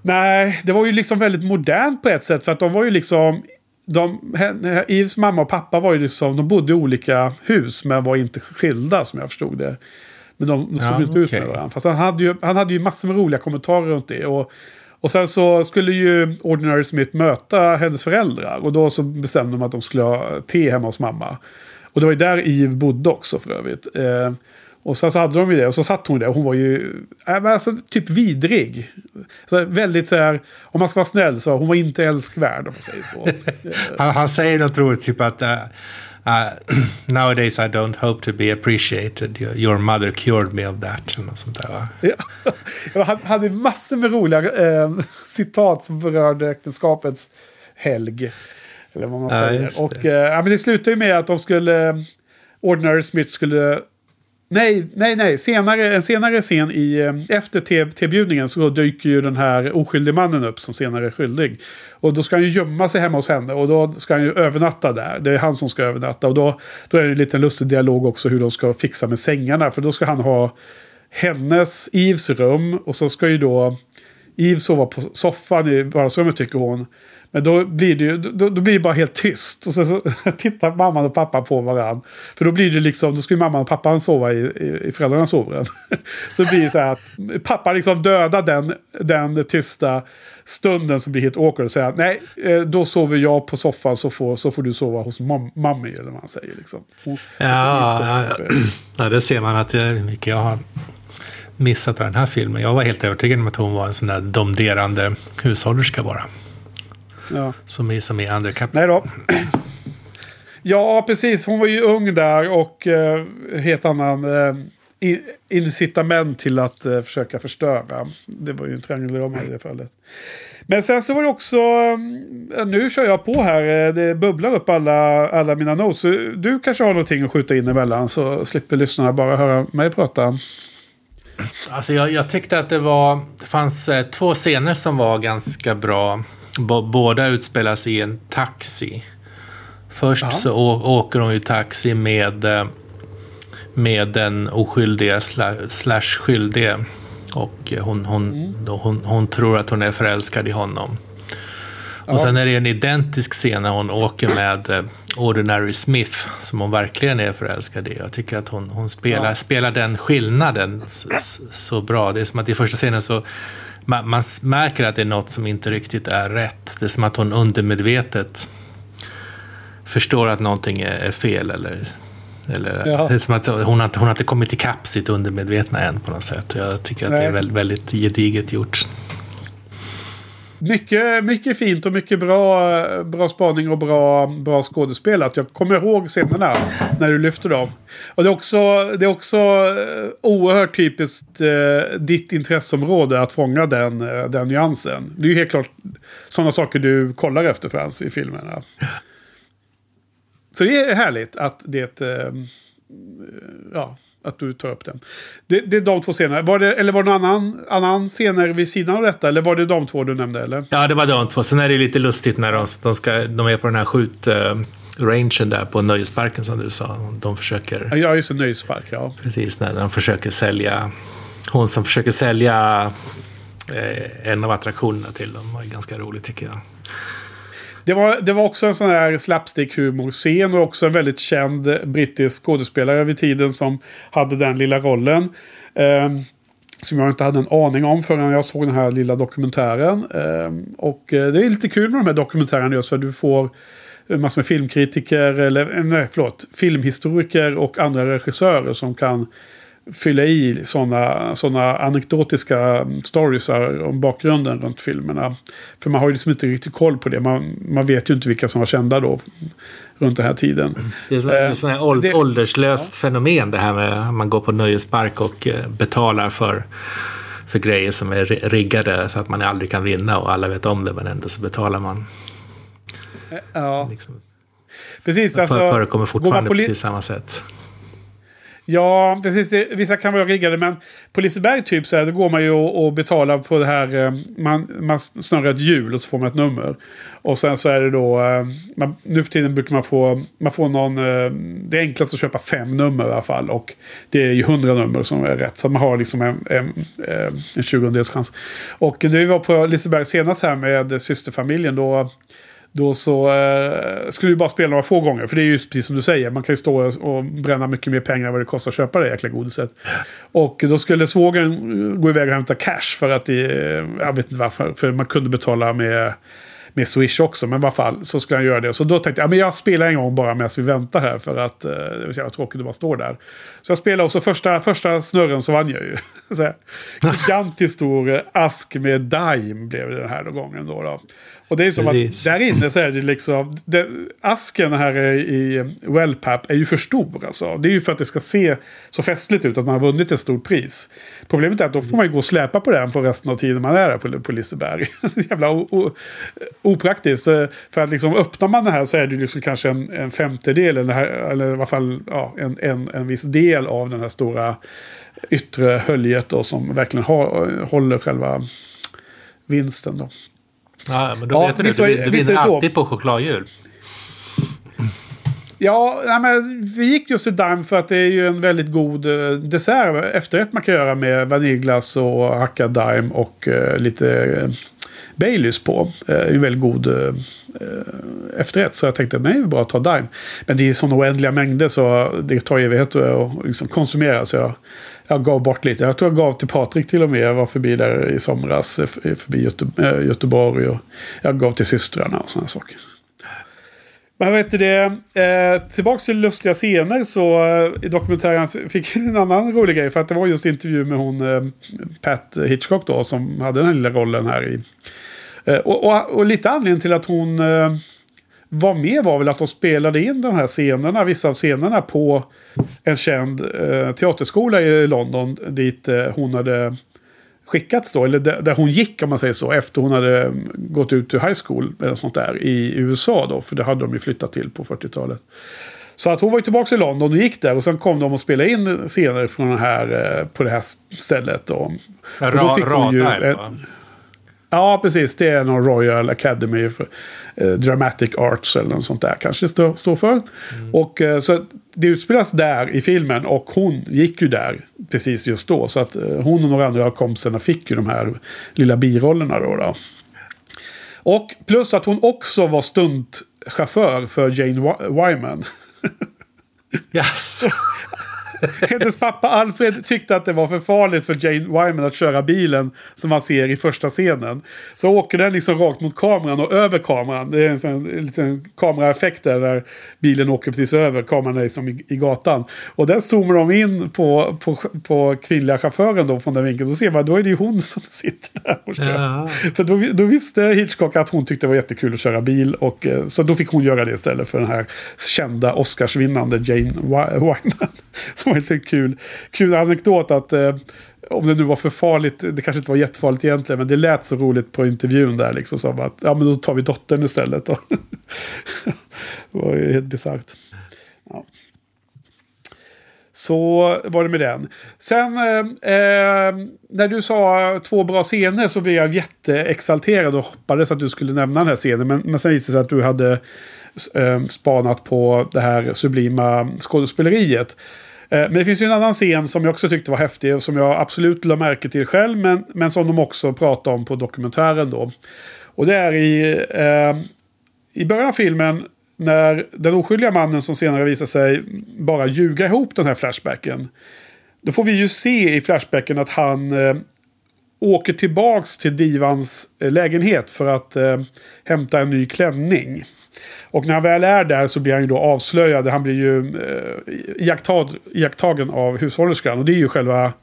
Nej, det var ju liksom väldigt modernt på ett sätt. För att de var ju liksom... Eves mamma och pappa var ju liksom... De bodde i olika hus men var inte skilda som jag förstod det. Men de stod inte ut med varandra. Fast han hade ju massor med roliga kommentarer runt det. Och sen så skulle ju Ordinary Smith möta hennes föräldrar. Och då så bestämde de att de skulle ha te hemma hos mamma. Och det var ju där Eve bodde också för övrigt. Och sen så hade de ju det. Och så satt hon där. Och hon var ju alltså, typ vidrig. Så väldigt så här. Om man ska vara snäll så hon var inte älskvärd om man säger så. Han säger något roligt. Typ att nowadays I don't hope to be appreciated. Your mother cured me of that. Eller något sånt där, va? Ja. Han hade massor med roliga citat som berörde äktenskapets helg. Eller vad man säger. Och men det slutade ju med att de skulle... Ordinary Smith skulle... Nej. En senare scen efter tebjudningen så dyker ju den här oskyldig mannen upp som senare är skyldig. Och då ska han ju gömma sig hemma hos henne. Och då ska han ju övernatta där. Det är han som ska övernatta. Och då är det en liten lustig dialog också hur de ska fixa med sängarna. För då ska han ha Eves rum. Och så ska ju då Eve sova på soffan i vardagsrummet tycker hon. Men då blir det ju då blir det bara helt tyst. Och så tittar mamman och pappa på varandra. För då blir det liksom, då ska ju mamman och pappan sova i föräldrarnas sovrum. Så det blir så här att pappa liksom dödar den tysta stunden som blir helt awkward och säger nej, då sover jag på soffan så får du sova hos mammi eller vad man säger liksom. Ja, det ser man att jag har missat den här filmen. Jag var helt övertygad om att hon var en sån där domderande hushållerska bara. Ja. Som är undercover. Nej då. Ja, precis. Hon var ju ung där och helt annan incitament till att försöka förstöra. Det var ju en triangeldrama i det fallet. Men sen så var det också... nu kör jag på här. Det bubblar upp alla mina notes. Du kanske har någonting att skjuta in emellan så slipper lyssnarna bara höra mig prata. Alltså jag tyckte att det fanns 2 scener som var ganska bra. Båda utspelas i en taxi. Först så åker hon ju taxi med den oskyldiga slash skyldige. Och hon tror att hon är förälskad i honom. Och sen är det en identisk scen när hon åker med Ordinary Smith som hon verkligen är förälskad i. Jag tycker att hon spelar den skillnaden så bra. Det är som att i första scenen så man märker att det är något som inte riktigt är rätt. Det är som att hon undermedvetet förstår att någonting är fel eller det är som att hon har inte kommit ikapp sitt undermedvetna än på något sätt. Jag tycker att det är väldigt gediget gjort. Mycket fint och mycket bra spaning och bra skådespelat. Jag kommer ihåg scenerna när du lyfter dem. Och det är också oerhört typiskt ditt intresseområde att fånga den nyansen. Det är ju helt klart sådana saker du kollar efter, Frans, i filmerna. Så det är härligt att det att du tar upp den. Det är de 2 scenerna. Var det någon annan scener vid sidan av detta? Eller var det de 2 du nämnde? Eller? Ja, det var de 2. Sen är det lite lustigt när de är på den här rangen där på nöjesparken som du sa. De försöker... Ja, just en nöjespark, ja. Precis, när de försöker sälja... Hon som försöker sälja en av attraktionerna till dem var ganska roligt tycker jag. Det var också en sån här slapstick-humorscen och också en väldigt känd brittisk skådespelare vid tiden som hade den lilla rollen. Som jag inte hade en aning om förrän jag såg den här lilla dokumentären. Och det är lite kul med de här dokumentärerna just för du får massor med filmhistoriker och andra regissörer som kan fylla i såna anekdotiska stories om bakgrunden runt filmerna. För man har ju liksom inte riktigt koll på det. Man vet ju inte vilka som var kända då runt den här tiden. Det är ett sånt här ålderslöst fenomen det här med att man går på nöjespark och betalar för grejer som är riggade så att man aldrig kan vinna och alla vet om det men ändå så betalar man. Ja. Liksom. Precis. Alltså, förekommer fortfarande på precis samma sätt. Ja, precis. Vissa kan vara riggade, men på Liseberg typ så här, då går man ju och betalar på det här. Man snurrar ett hjul och så får man ett nummer. Och sen så är det då, nu för tiden brukar man få någon, det är enklast att köpa 5 nummer i alla fall. Och det är ju 100 nummer som är rätt. Så man har liksom en 20-dels chans. Och när vi var på Liseberg senast här med systerfamiljen, då så skulle vi bara spela några få gånger. För det är ju precis som du säger. Man kan ju stå och bränna mycket mer pengar än vad det kostar att köpa det jäkla godiset. Och då skulle svågen gå iväg och hämta cash. För att jag vet inte varför. För man kunde betala med Swish också. Men i alla fall så skulle han göra det. Så då tänkte jag, men jag spelar en gång bara medan vi väntar här. För att det vill säga tråkigt att bara stå där. Så jag spelade och så första snurren så vann jag ju. Så här, gigantiskt stor ask med dime blev det den här gången då. Och det är som att där inne så är det liksom... asken här i Wellpap är ju för stor. Alltså. Det är ju för att det ska se så festligt ut att man har vunnit ett stort pris. Problemet är att då får man ju gå och släpa på den på resten av tiden man är där på Liseberg. Jävla opraktiskt. För att liksom öppnar man det här så är det liksom kanske en femtedel eller i alla fall en viss del av den här stora yttre höljet då, som verkligen håller själva vinsten då. Ja, men då vet du det. Du vinner alltid på chokladhjul. Ja, men vi gick just till Dime för att det är ju en väldigt god dessert. Efterrätt man kan göra med vaniljglass och hackad Dime och lite Baileys på. En väldigt god efterrätt. Så jag tänkte, nej, det är bra att ta Dime. Men det är ju sådana oändliga mängder så det tar evighet att liksom konsumera. Så jag gav bort lite. Jag tror jag gav till Patrik till och med. Jag var förbi där i somras. Förbi Göteborg. Och jag gav till systrarna och sådana saker. Men vad heter det? Tillbaks till lustiga scener så i dokumentären fick en annan rolig grej. För att det var just intervju med hon Pat Hitchcock då. Som hade den här lilla rollen här i. Och lite anledning till att hon var med var väl att de spelade in de här scenerna. Vissa av scenerna på en känd teaterskola i London. Dit hon hade skickats då. Eller där hon gick om man säger så. Efter hon hade gått ut till high school. Eller sånt där i USA då. För det hade de ju flyttat till på 40-talet. Så att hon var ju tillbaka i London och gick där. Och sen kom de och spelade in scener från den här, på det här stället. Och då fick hon ju... Ja, precis. Det är någon Royal Academy för Dramatic Arts eller något sånt där kanske står för. Och så det utspelas där i filmen och hon gick ju där precis just då. Så att hon och några andra kompisarna fick ju de här lilla birollerna då. Och plus att hon också var stuntchaufför för Jane Wyman. Yes. Hennes pappa Alfred tyckte att det var för farligt för Jane Wyman att köra bilen som man ser i första scenen. Så åker den liksom rakt mot kameran och över kameran. Det är en sån liten kameraeffekt där bilen åker precis över. Kameran är liksom i gatan. Och där zoomar de in på kvinnliga chauffören då från den vinkeln. Så ser man, då är det ju hon som sitter där och kör. Ja. För då visste Hitchcock att hon tyckte det var jättekul att köra bil. Och, så då fick hon göra det istället för den här kända Oscarsvinnande Jane Wyman. Som var lite kul anekdot att om det nu var för farligt, det kanske inte var jättefarligt egentligen, men det lät så roligt på intervjun där liksom som att, ja men då tar vi dottern istället då. Det var ju helt bisarrt. Ja. Så var det med den. Sen när du sa 2 bra scener så blev jag jätteexalterad och hoppades att du skulle nämna den här scenen, men sen visade det sig att du hade spanat på det här sublima skådespeleriet. Men det finns ju en annan scen som jag också tyckte var häftig och som jag absolut la märke till själv, men som de också pratade om på dokumentären då. Och det är i början av filmen när den oskyldiga mannen som senare visar sig bara ljuga ihop den här flashbacken. Då får vi ju se i flashbacken att han åker tillbaks till divans lägenhet för att hämta en ny klänning. Och när han väl är där så blir han ju då avslöjad. Han blir ju iakttagen av hushållerskan. Och det är ju själva...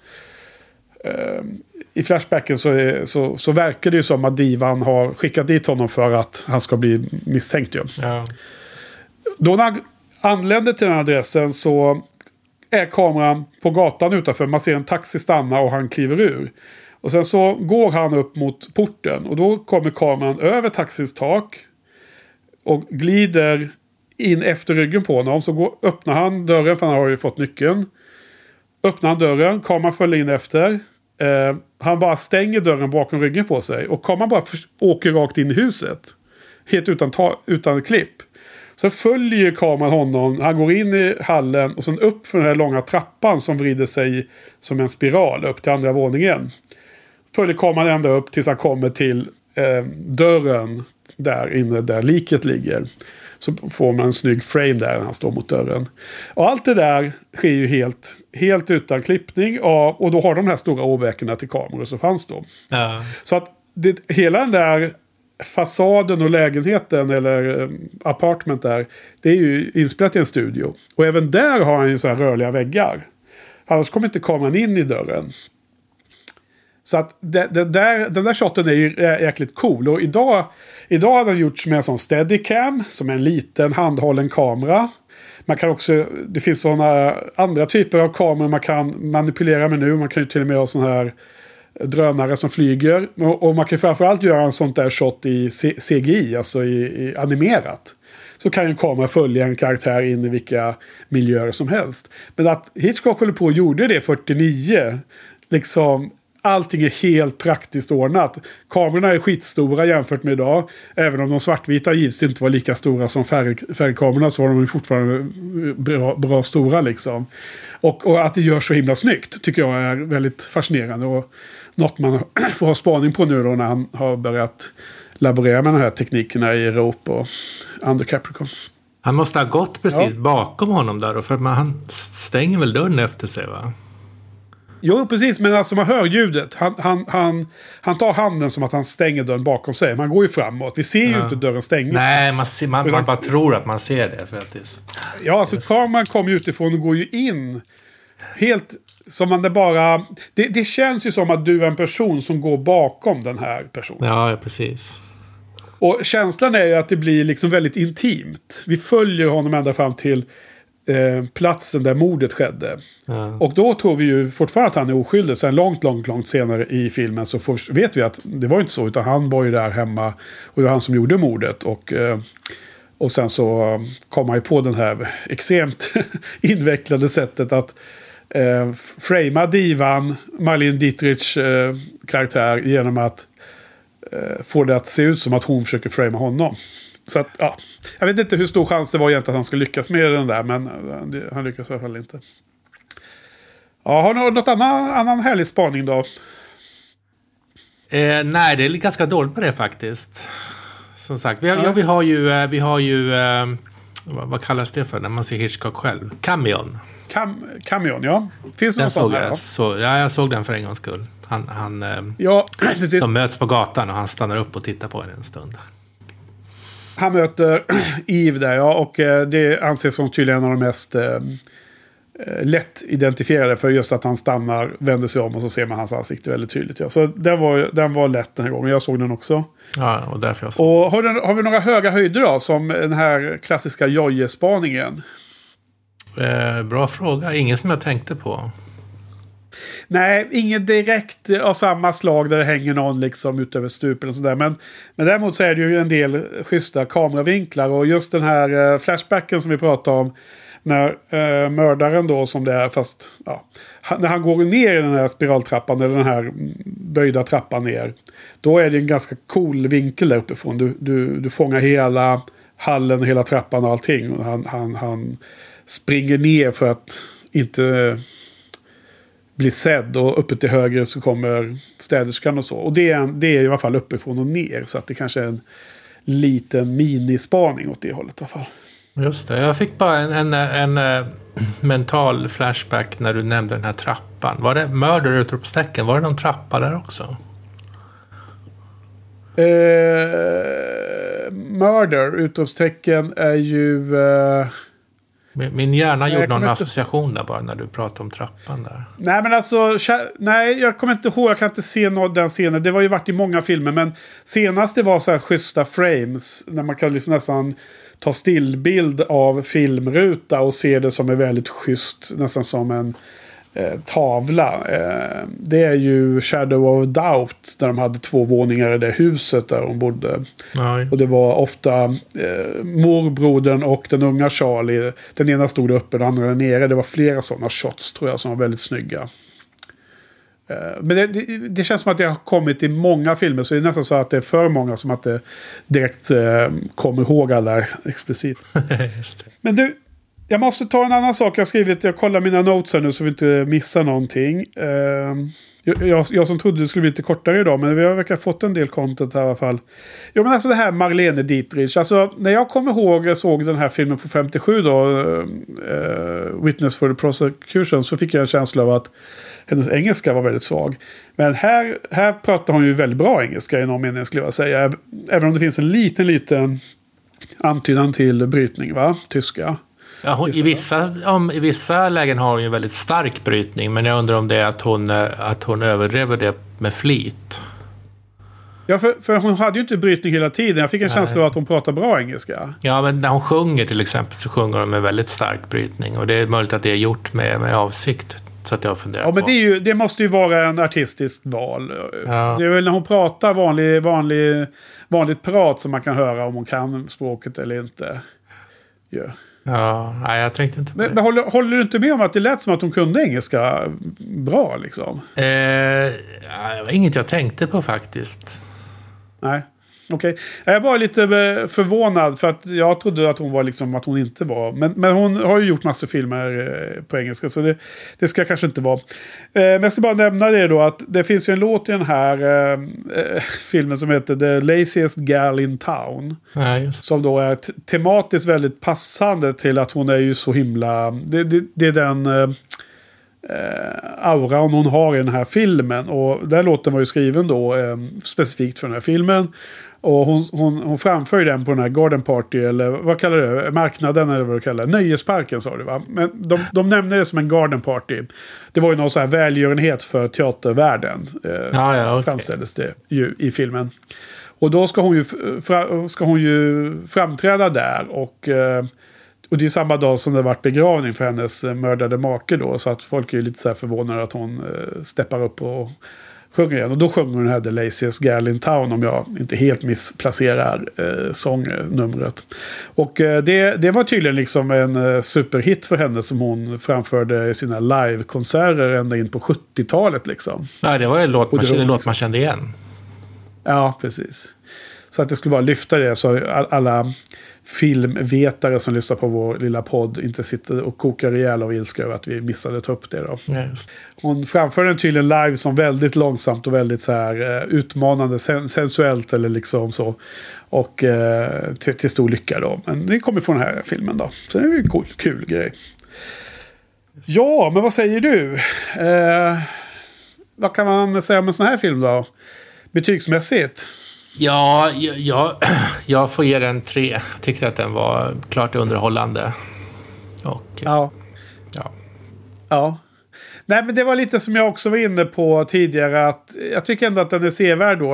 I flashbacken så verkar det ju som att divan har skickat dit honom för att han ska bli misstänkt ju. Ja. Då när han anländer till den här adressen så är kameran på gatan utanför. Man ser en taxi stanna och han kliver ur. Och sen så går han upp mot porten. Och då kommer kameran över taxins tak. Och glider in efter ryggen på honom. Så öppnar han dörren för han har ju fått nyckeln. öppnar han dörren, kameran följer in efter. Han bara stänger dörren bakom ryggen på sig. Och kameran bara åker rakt in i huset. Helt utan klipp. Så följer kameran honom. Han går in i hallen och sen upp för den här långa trappan som vrider sig som en spiral upp till andra våningen. Följer kameran ända upp tills han kommer till dörren där inne där liket ligger. Så får man en snygg frame där när han står mot dörren. Och allt det där sker ju helt utan klippning. Och då har de här stora åbäckorna till kameror som fanns då. Ja. Så att hela den där fasaden och lägenheten eller apartment där, det är ju inspelat i en studio. Och även där har han ju så här rörliga väggar. Annars kommer inte kameran in i dörren. Så att den där shoten är ju jäkligt cool. Och idag har den gjorts med en sån steadicam som är en liten handhållen kamera. Man kan också, det finns sådana andra typer av kameror man kan manipulera med nu. Man kan ju till och med ha sån här drönare som flyger. Och man kan framförallt göra en sånt där shot i CGI, alltså i animerat. Så kan ju en kamera följa en karaktär in i vilka miljöer som helst. Men att Hitchcock håller på och gjorde det 49, liksom allting är helt praktiskt ordnat. Kamerorna är skitstora jämfört med idag. Även om de svartvita givetvis inte var lika stora som färgkamerorna, så var de fortfarande bra stora liksom. Och att det görs så himla snyggt tycker jag är väldigt fascinerande. Och något man får ha spaning på nu då när han har börjat laborera med de här teknikerna i Rope och Under Capricorn. Han måste ha gått precis bakom honom där då, för han stänger väl dörren efter sig, va? Jo, precis. Men alltså man hör ljudet. Han tar handen som att han stänger dörren bakom sig. Man går ju framåt. Vi ser ju inte dörren stänga. Nej, man bara tror att man ser det. För att det... Ja, alltså kameran kommer ju utifrån och går ju in. Helt som man det bara... Det känns ju som att du är en person som går bakom den här personen. Ja, precis. Och känslan är ju att det blir liksom väldigt intimt. Vi följer honom ända fram till platsen där mordet skedde. Ja. Och då tror vi ju fortfarande att han är oskyldig. Sen långt senare i filmen så vet vi att det var inte så, utan han var ju där hemma och det var han som gjorde mordet. Och sen så kom han ju på den här extremt invecklade sättet att framea divan Marlene Dietrich karaktär genom att få det att se ut som att hon försöker framea honom. Så att, ja. Jag vet inte hur stor chans det var egentligen att han skulle lyckas med den där, men han lyckas i alla fall inte. Ja, har du något annan härlig spaning då? Nej, det är ganska dåligt med det faktiskt. Som sagt, vi har ju vad kallas det för när man ser Hitchcock själv? Cameon. Cameon, ja. Finns det någon sån här? Jag såg den för en gångs skull. Ja, precis. De möts på gatan och han stannar upp och tittar på henne en stund. Han möter Eve där, ja. Och det anses som tydligen en av de mest lätt identifierade. För just att han stannar, vänder sig om och så ser man hans ansikte väldigt tydligt. Ja. Så den var lätt den här gången. Jag såg den också. Ja, och därför jag såg. Och har vi några höga höjder då? Som den här klassiska Joje-spaningen? Bra fråga. Ingen som jag tänkte på. Nej, inget direkt av samma slag där det hänger någon liksom utöver stupen och sådär. Men däremot så är det ju en del schyssta kameravinklar. Och just den här flashbacken som vi pratade om. När mördaren då som det är, fast ja, när han går ner i den här spiraltrappan eller den här böjda trappan ner. Då är det en ganska cool vinkel där uppifrån. Du fångar hela hallen, hela trappan och allting. Och han springer ner för att inte bli sedd, och uppe till höger så kommer städerskan och så. Och det är i alla fall uppifrån och ner, så att det kanske är en liten minispaning åt det hållet i alla fall. Just det, jag fick bara en mental flashback när du nämnde den här trappan. Var det mördarutropstecken? Var det någon trappa där också? Murder-utropstecken är ju... Min hjärna gjorde någon association där bara när du pratade om trappan där. Nej, men alltså... Nej, jag kommer inte ihåg. Jag kan inte se den scenen. Det var ju varit i många filmer. Men senast det var så här schyssta frames. När man kan liksom nästan ta stillbild av filmruta och se det som är väldigt schysst. Nästan som tavla. Det är ju Shadow of Doubt, där de hade 2 våningar i det huset där de bodde. Ja. Och det var ofta morbrodern och den unga Charlie. Den ena stod uppe, den andra nere. Det var flera sådana shots, tror jag, som var väldigt snygga. Men det känns som att det har kommit i många filmer, så det är nästan så att det är för många som att det direkt kommer ihåg alla explicit. Just det. Men du, jag måste ta en annan sak jag har skrivit. Jag kollar mina notes här nu så vi inte missar någonting. Jag som trodde det skulle bli lite kortare idag, men vi har verkar fått en del content här i alla fall. Jo, men alltså det här Marlene Dietrich. Alltså, när jag kommer ihåg jag såg den här filmen från 57 då, Witness for the Prosecution, så fick jag en känsla av att hennes engelska var väldigt svag. Men här pratar hon ju väldigt bra engelska i någon mening, skulle jag säga. Även om det finns en liten antydan till brytning, va? Tyska. Ja, i vissa lägen har hon ju väldigt stark brytning, men jag undrar om det är att hon överdrev det med flit. Ja, för hon hade ju inte brytning hela tiden. Jag fick en känsla av att hon pratar bra engelska. Ja, men när hon sjunger till exempel så sjunger hon med väldigt stark brytning, och det är möjligt att det är gjort med avsikt. Så att jag funderar ja, men det måste ju vara en artistisk val. Ja. Det är väl när hon pratar vanligt prat som man kan höra om hon kan språket eller inte. Ja. Ja, nej, jag tänkte inte på det. Men håller du inte med om att det lät som att hon kunde engelska bra liksom? Det var inget jag tänkte på faktiskt. Nej. Okej. Jag är bara lite förvånad för att jag trodde att hon var liksom att hon inte var. Men hon har ju gjort massor filmer på engelska, så det ska kanske inte vara. Men jag ska bara nämna det då, att det finns ju en låt i den här filmen som heter The Laziest Gal in Town. Ja, just. Som då är tematiskt väldigt passande till att hon är ju så himla... Det är den... auran hon har i den här filmen, och den låten var ju skriven då specifikt för den här filmen, och hon framför ju den på den här garden party, eller vad kallar det, marknaden eller vad du kallar det, nöjesparken sa du, va? Men de nämner det som en garden party. Det var ju någon så här välgörenhet för teatervärlden, Okay. framställdes det ju i filmen, och då ska hon ju framträda där, och det är samma dag som det varit begravning för hennes mördade make då. Så att folk är lite så här förvånade att hon steppar upp och sjunger igen. Och då sjunger hon här The Laziest Gal in Town, om jag inte helt missplacerar sångnumret. Och det var tydligen liksom en superhit för henne som hon framförde i sina livekonserter ända in på 70-talet liksom. Nej, det var ju en låt man kände igen. Ja, precis. Så att det skulle bara lyfta det, så alla filmvetare som lyssnar på vår lilla podd inte sitter och kokar ihjäl av ilska över att vi missade att ta upp det då. Ja, just. Hon framför den tydligen live som väldigt långsamt och väldigt så här utmanande, sensuellt eller liksom så. Och till stor lycka då. Men det kommer från den här filmen då. Så det är ju en kul grej. Ja, men vad säger du? Vad kan man säga om en sån här film då? Betygsmässigt? Ja, jag får ge den 3. Jag tyckte att den var klart underhållande. Och, ja. Nej, men det var lite som jag också var inne på tidigare, att jag tycker ändå att den är sevärd då.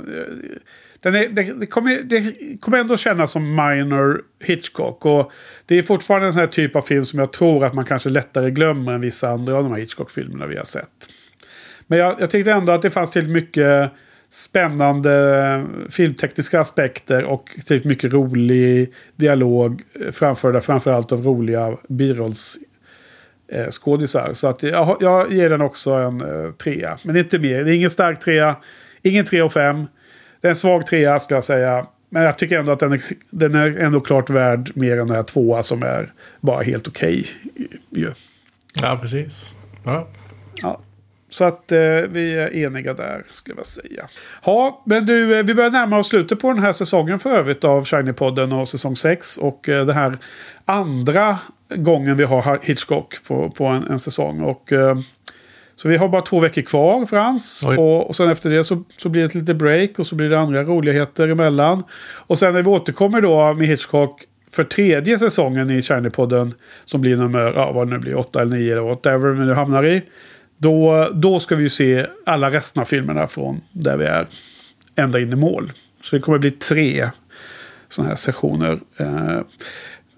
Det kommer ändå kännas som minor Hitchcock, och det är fortfarande en sån här typ av film som jag tror att man kanske lättare glömmer än vissa andra av de här Hitchcock-filmerna vi har sett. Men jag tyckte ändå att det fanns till mycket spännande filmtekniska aspekter och till mycket rolig dialog framförda framförallt av roliga birollsskådisar. Så att jag ger den också en 3. Men inte mer. Det är ingen stark 3. Ingen 3 och 5. Det är en svag 3 ska jag säga. Men jag tycker ändå att den är ändå klart värd mer än den här 2 som är bara helt okej. Ja, precis. Ja. Så att vi är eniga där, skulle jag säga. Ja, men du, vi börjar närma oss slutet på den här säsongen för övrigt av Shiny-podden och säsong 6. Och det här andra gången vi har Hitchcock på en säsong. Och så vi har bara 2 veckor kvar, Frans. Och sen efter det så blir det ett litet break, och så blir det andra roligheter emellan. Och sen när vi återkommer då med Hitchcock för 3:e säsongen i Shiny-podden, som blir nummer, vad det nu blir, 8 eller 9 eller whatever vi nu hamnar i. Då ska vi ju se alla resten av filmerna från där vi är ända in i mål. Så det kommer bli 3 sådana här sessioner.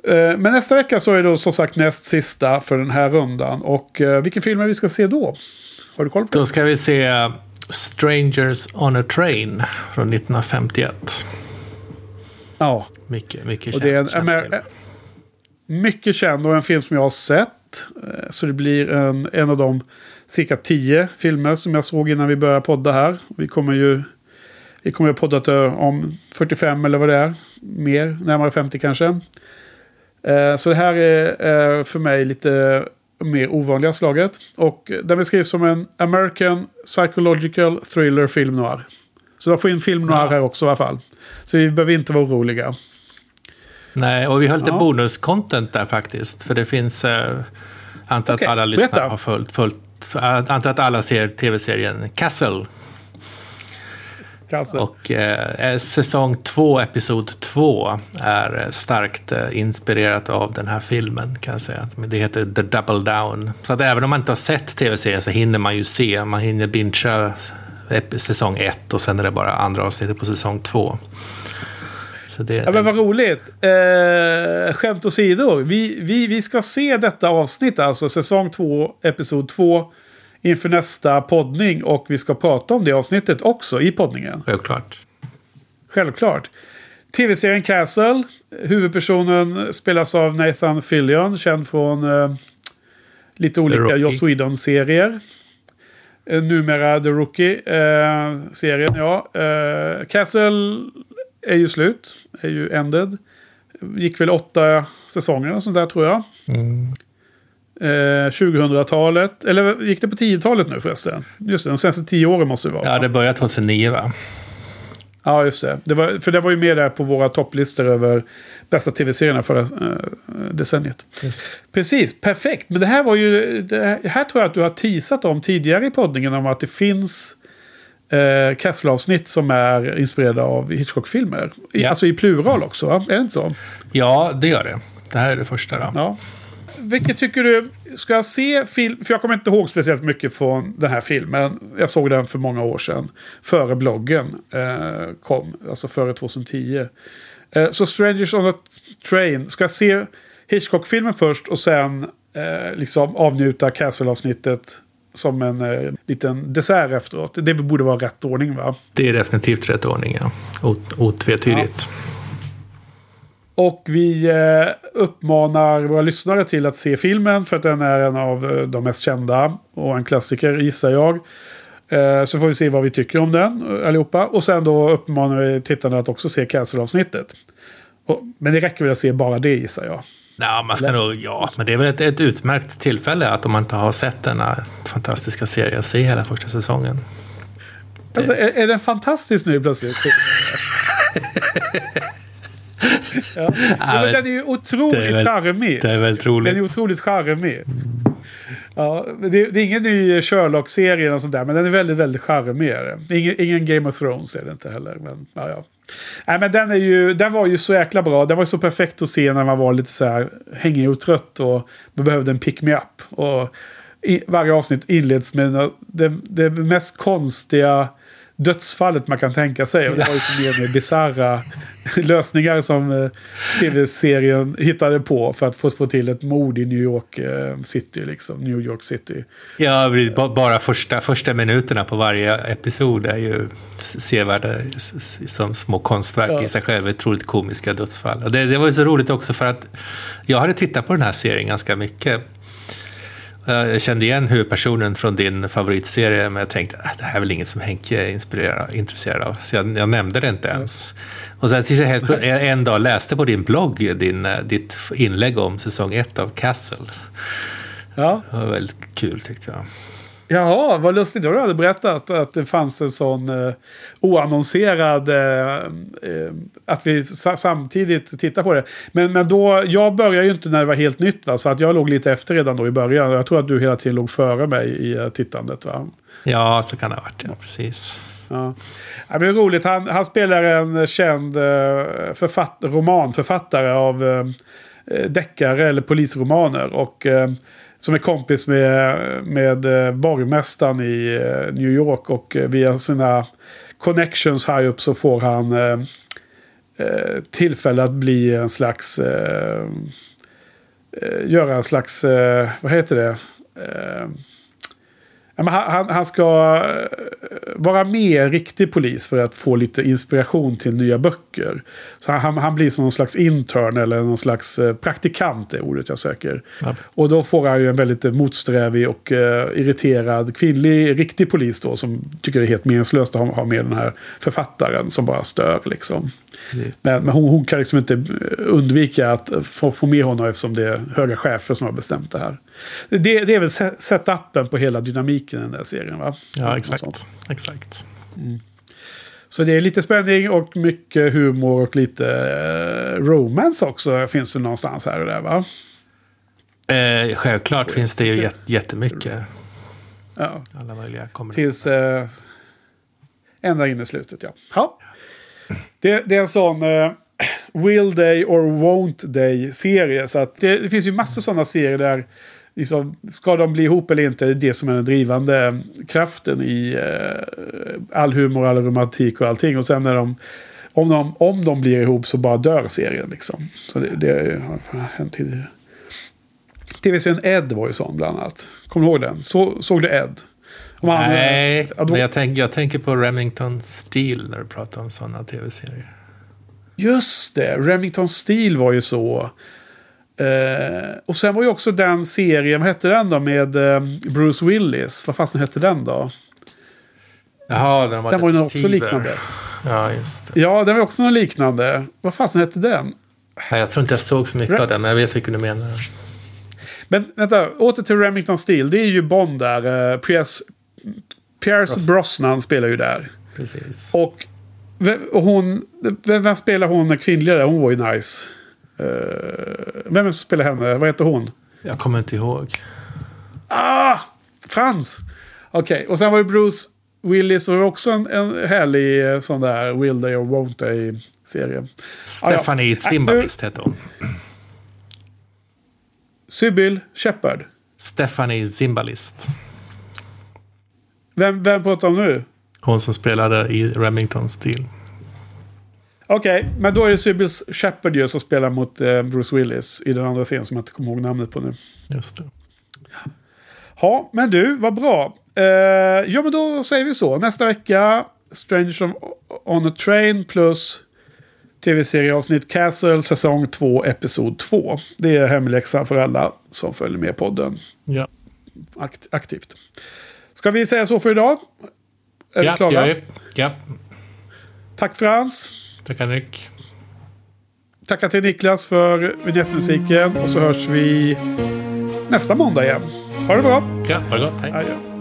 Men nästa vecka så är det då som sagt näst sista för den här rundan. Och vilken film är vi ska se då? Har du koll på det? Då ska vi se Strangers on a Train från 1951. Ja. Mycket Och det är känd. mycket känd och en film som jag har sett. Så det blir en av de cirka 10 filmer som jag såg innan vi började podda här. Vi kommer ju poddat om 45 eller vad det är. Mer, närmare 50 kanske. Så det här är för mig lite mer ovanliga slaget. Och den beskrivs som en American Psychological Thriller film noir. Så jag får in film noir här också i alla fall. Så vi behöver inte vara oroliga. Nej, och vi har lite bonus-content där faktiskt. För det finns, antar att alla lyssnare har följt antar att alla ser tv-serien Castle. Och säsong 2, episod 2 är starkt inspirerat av den här filmen, kan jag säga. Det heter The Double Down. Så att även om man inte har sett tv-serien så hinner man ju se. Man hinner bingea säsong 1 och sen är det bara andra avsnittet på säsong 2. Så det, men vad roligt. Skämt åsido. Vi ska se detta avsnitt, alltså säsong 2, episod 2, inför nästa poddning. Och vi ska prata om det avsnittet också i poddningen. Självklart. TV-serien Castle. Huvudpersonen spelas av Nathan Fillion. Känd från lite olika Joss Whedon-serier. Numera The Rookie-serien, ja. Castle är ju slut. Är ju ended. Gick väl 8 säsonger och sånt där, tror jag. 2000-talet. Eller gick det på 10-talet nu förresten? Just det, de senaste 10 åren måste det vara. Ja, det började 2009, va? Ja, just det. För det var ju med där på våra topplistor över bästa tv-serierna förra decenniet. Just. Precis, perfekt. Men det här var ju... Det här tror jag att du har teasat om tidigare i poddningen, om att det finns Castle-avsnitt som är inspirerade av Hitchcock-filmer. Ja. Alltså i plural också, va? Är det inte så? Ja, det gör det. Det här är det första då. Ja. Vilket tycker du, ska jag se film, för jag kommer inte ihåg speciellt mycket från den här filmen. Jag såg den för många år sedan, före bloggen kom, alltså före 2010. Så Strangers on a Train, ska jag se Hitchcock-filmen först och sen liksom avnjuta Castle-avsnittet som en liten dessert efteråt. Det borde vara rätt ordning, va? Det är definitivt rätt ordning, ja. Otvetydigt. Ja. Och vi uppmanar våra lyssnare till att se filmen, för att den är en av de mest kända och en klassiker, gissar jag. Så får vi se vad vi tycker om den allihopa. Och sen då uppmanar vi tittarna att också se Castle-avsnittet. Men det räcker väl att se bara det, gissar jag. Ja, man ska nog, men det är väl ett utmärkt tillfälle att om man inte har sett denna fantastiska serie, se hela första säsongen. Alltså, är den fantastisk nu plötsligt? Ja. Men den är ju otroligt charmig. Det är väldigt roligt. Den är otroligt charmig. Ja, det är ingen ny Sherlock-serie och sånt där, men den är väldigt, väldigt charmig. Ingen Game of Thrones är det inte heller. Men, ja. Nej, men den var ju så jäkla bra. Den var ju så perfekt att se när man var lite så här hängig och trött och behövde en pick-me-up. Och varje avsnitt inleds med det mest konstiga dödsfallet man kan tänka sig. Och det var ju så mer bizarra lösningar som tv-serien hittade på för att få till ett mord i New York City, liksom. New York City. Ja, bara första minuterna på varje episod är ju sevärda som små konstverk i sig själv. Otroligt komiska dödsfall. Och det var ju så roligt också för att jag hade tittat på den här serien ganska mycket. Jag kände igen huvudpersonen från din favoritserie, men jag tänkte att det här är väl inget som Henke är intresserad av. Så jag nämnde det inte ens. Och sen tills jag en dag läste på din blogg ditt inlägg om säsong 1 av Castle. Ja. Det var väldigt kul, tyckte jag. Jaha, vad lustigt. Du hade berättat att det fanns en sån oannonserad att vi samtidigt tittar på det. Men då, jag började ju inte när det var helt nytt, va? Så att jag låg lite efter redan då i början. Jag tror att du hela tiden låg före mig i tittandet, va? Ja, så kan det ha varit, ja, precis. Ja. Det är roligt. Han spelar en känd romanförfattare av deckare eller polisromaner, och som är kompis med borgmästaren i New York, och via sina connections här upp så får han tillfälle att bli en slags... göra en slags... vad heter det? Han ska vara mer riktig polis för att få lite inspiration till nya böcker. Så han blir som någon slags intern eller någon slags praktikant är ordet jag söker. Ja. Och då får han ju en väldigt motsträvig och irriterad kvinnlig riktig polis då som tycker det är helt meningslöst att ha med den här författaren som bara stör liksom. Men hon kan liksom inte undvika att få med honom eftersom det är höga chefer som har bestämt det här. Det är väl setupen på hela dynamiken i den där serien, va? Ja, exakt. Mm. Så det är lite spänning och mycket humor och lite romance också finns det någonstans här och där, va? Självklart finns det ju jättemycket. Ja. Alla möjliga kommer tills ända in i slutet, ja. Det är en sån will they or won't they-serie. Så att det finns ju massor sådana serier där liksom, ska de bli ihop eller inte, det är det som är den drivande kraften i all humor, all romantik och allting. Och sen när om de blir ihop så bara dör serien liksom. Så det har hänt tidigare. TV-serien Ed var ju sån bland annat. Kommer du ihåg den? Såg du Ed? Nej, men jag tänker på Remington Steel när du pratar om sådana tv-serier. Just det, Remington Steel var ju så. Och sen var ju också den serien, vad hette den då, med Bruce Willis. Vad fasen hette den då? Jaha, den var ju också liknande. Ja, just det. Ja, den var också något liknande. Vad fasen hette den? Nej, jag tror inte jag såg så mycket av den, men jag vet vilken du menar. Men vänta, åter till Remington Steel. Det är ju Bond där. Pierce Brosnan spelar ju där. Precis. Och vem spelar hon kvinnliga där? Hon var ju nice. Vem som spelar henne? Vad heter hon? Jag kommer inte ihåg. Frans! Okej, och sen var det Bruce Willis och också en härlig sån där Will They or Won't They-serie. Stephanie Zimbalist heter hon. Sybil Shepard. Stephanie Zimbalist. Vem pratar om nu? Hon som spelade i Remington Steel. Okej, men då är det Sybil Shepard ju som spelar mot Bruce Willis i den andra scenen som jag inte kommer ihåg namnet på nu. Just det. Ja, men du, vad bra. Ja, men då säger vi så. Nästa vecka, Stranger on a Train plus tv-serieavsnitt Castle, säsong 2, episod 2. Det är hemläxa för alla som följer med podden. Ja. Aktivt. Ska vi säga så för idag? Är vi klara? Ja. Tack Frans. Tack Henrik. Tackar till Niklas för vignettmusiken. Och så hörs vi nästa måndag igen. Ha det bra. Ja, ha det gott. Hej. Adjö.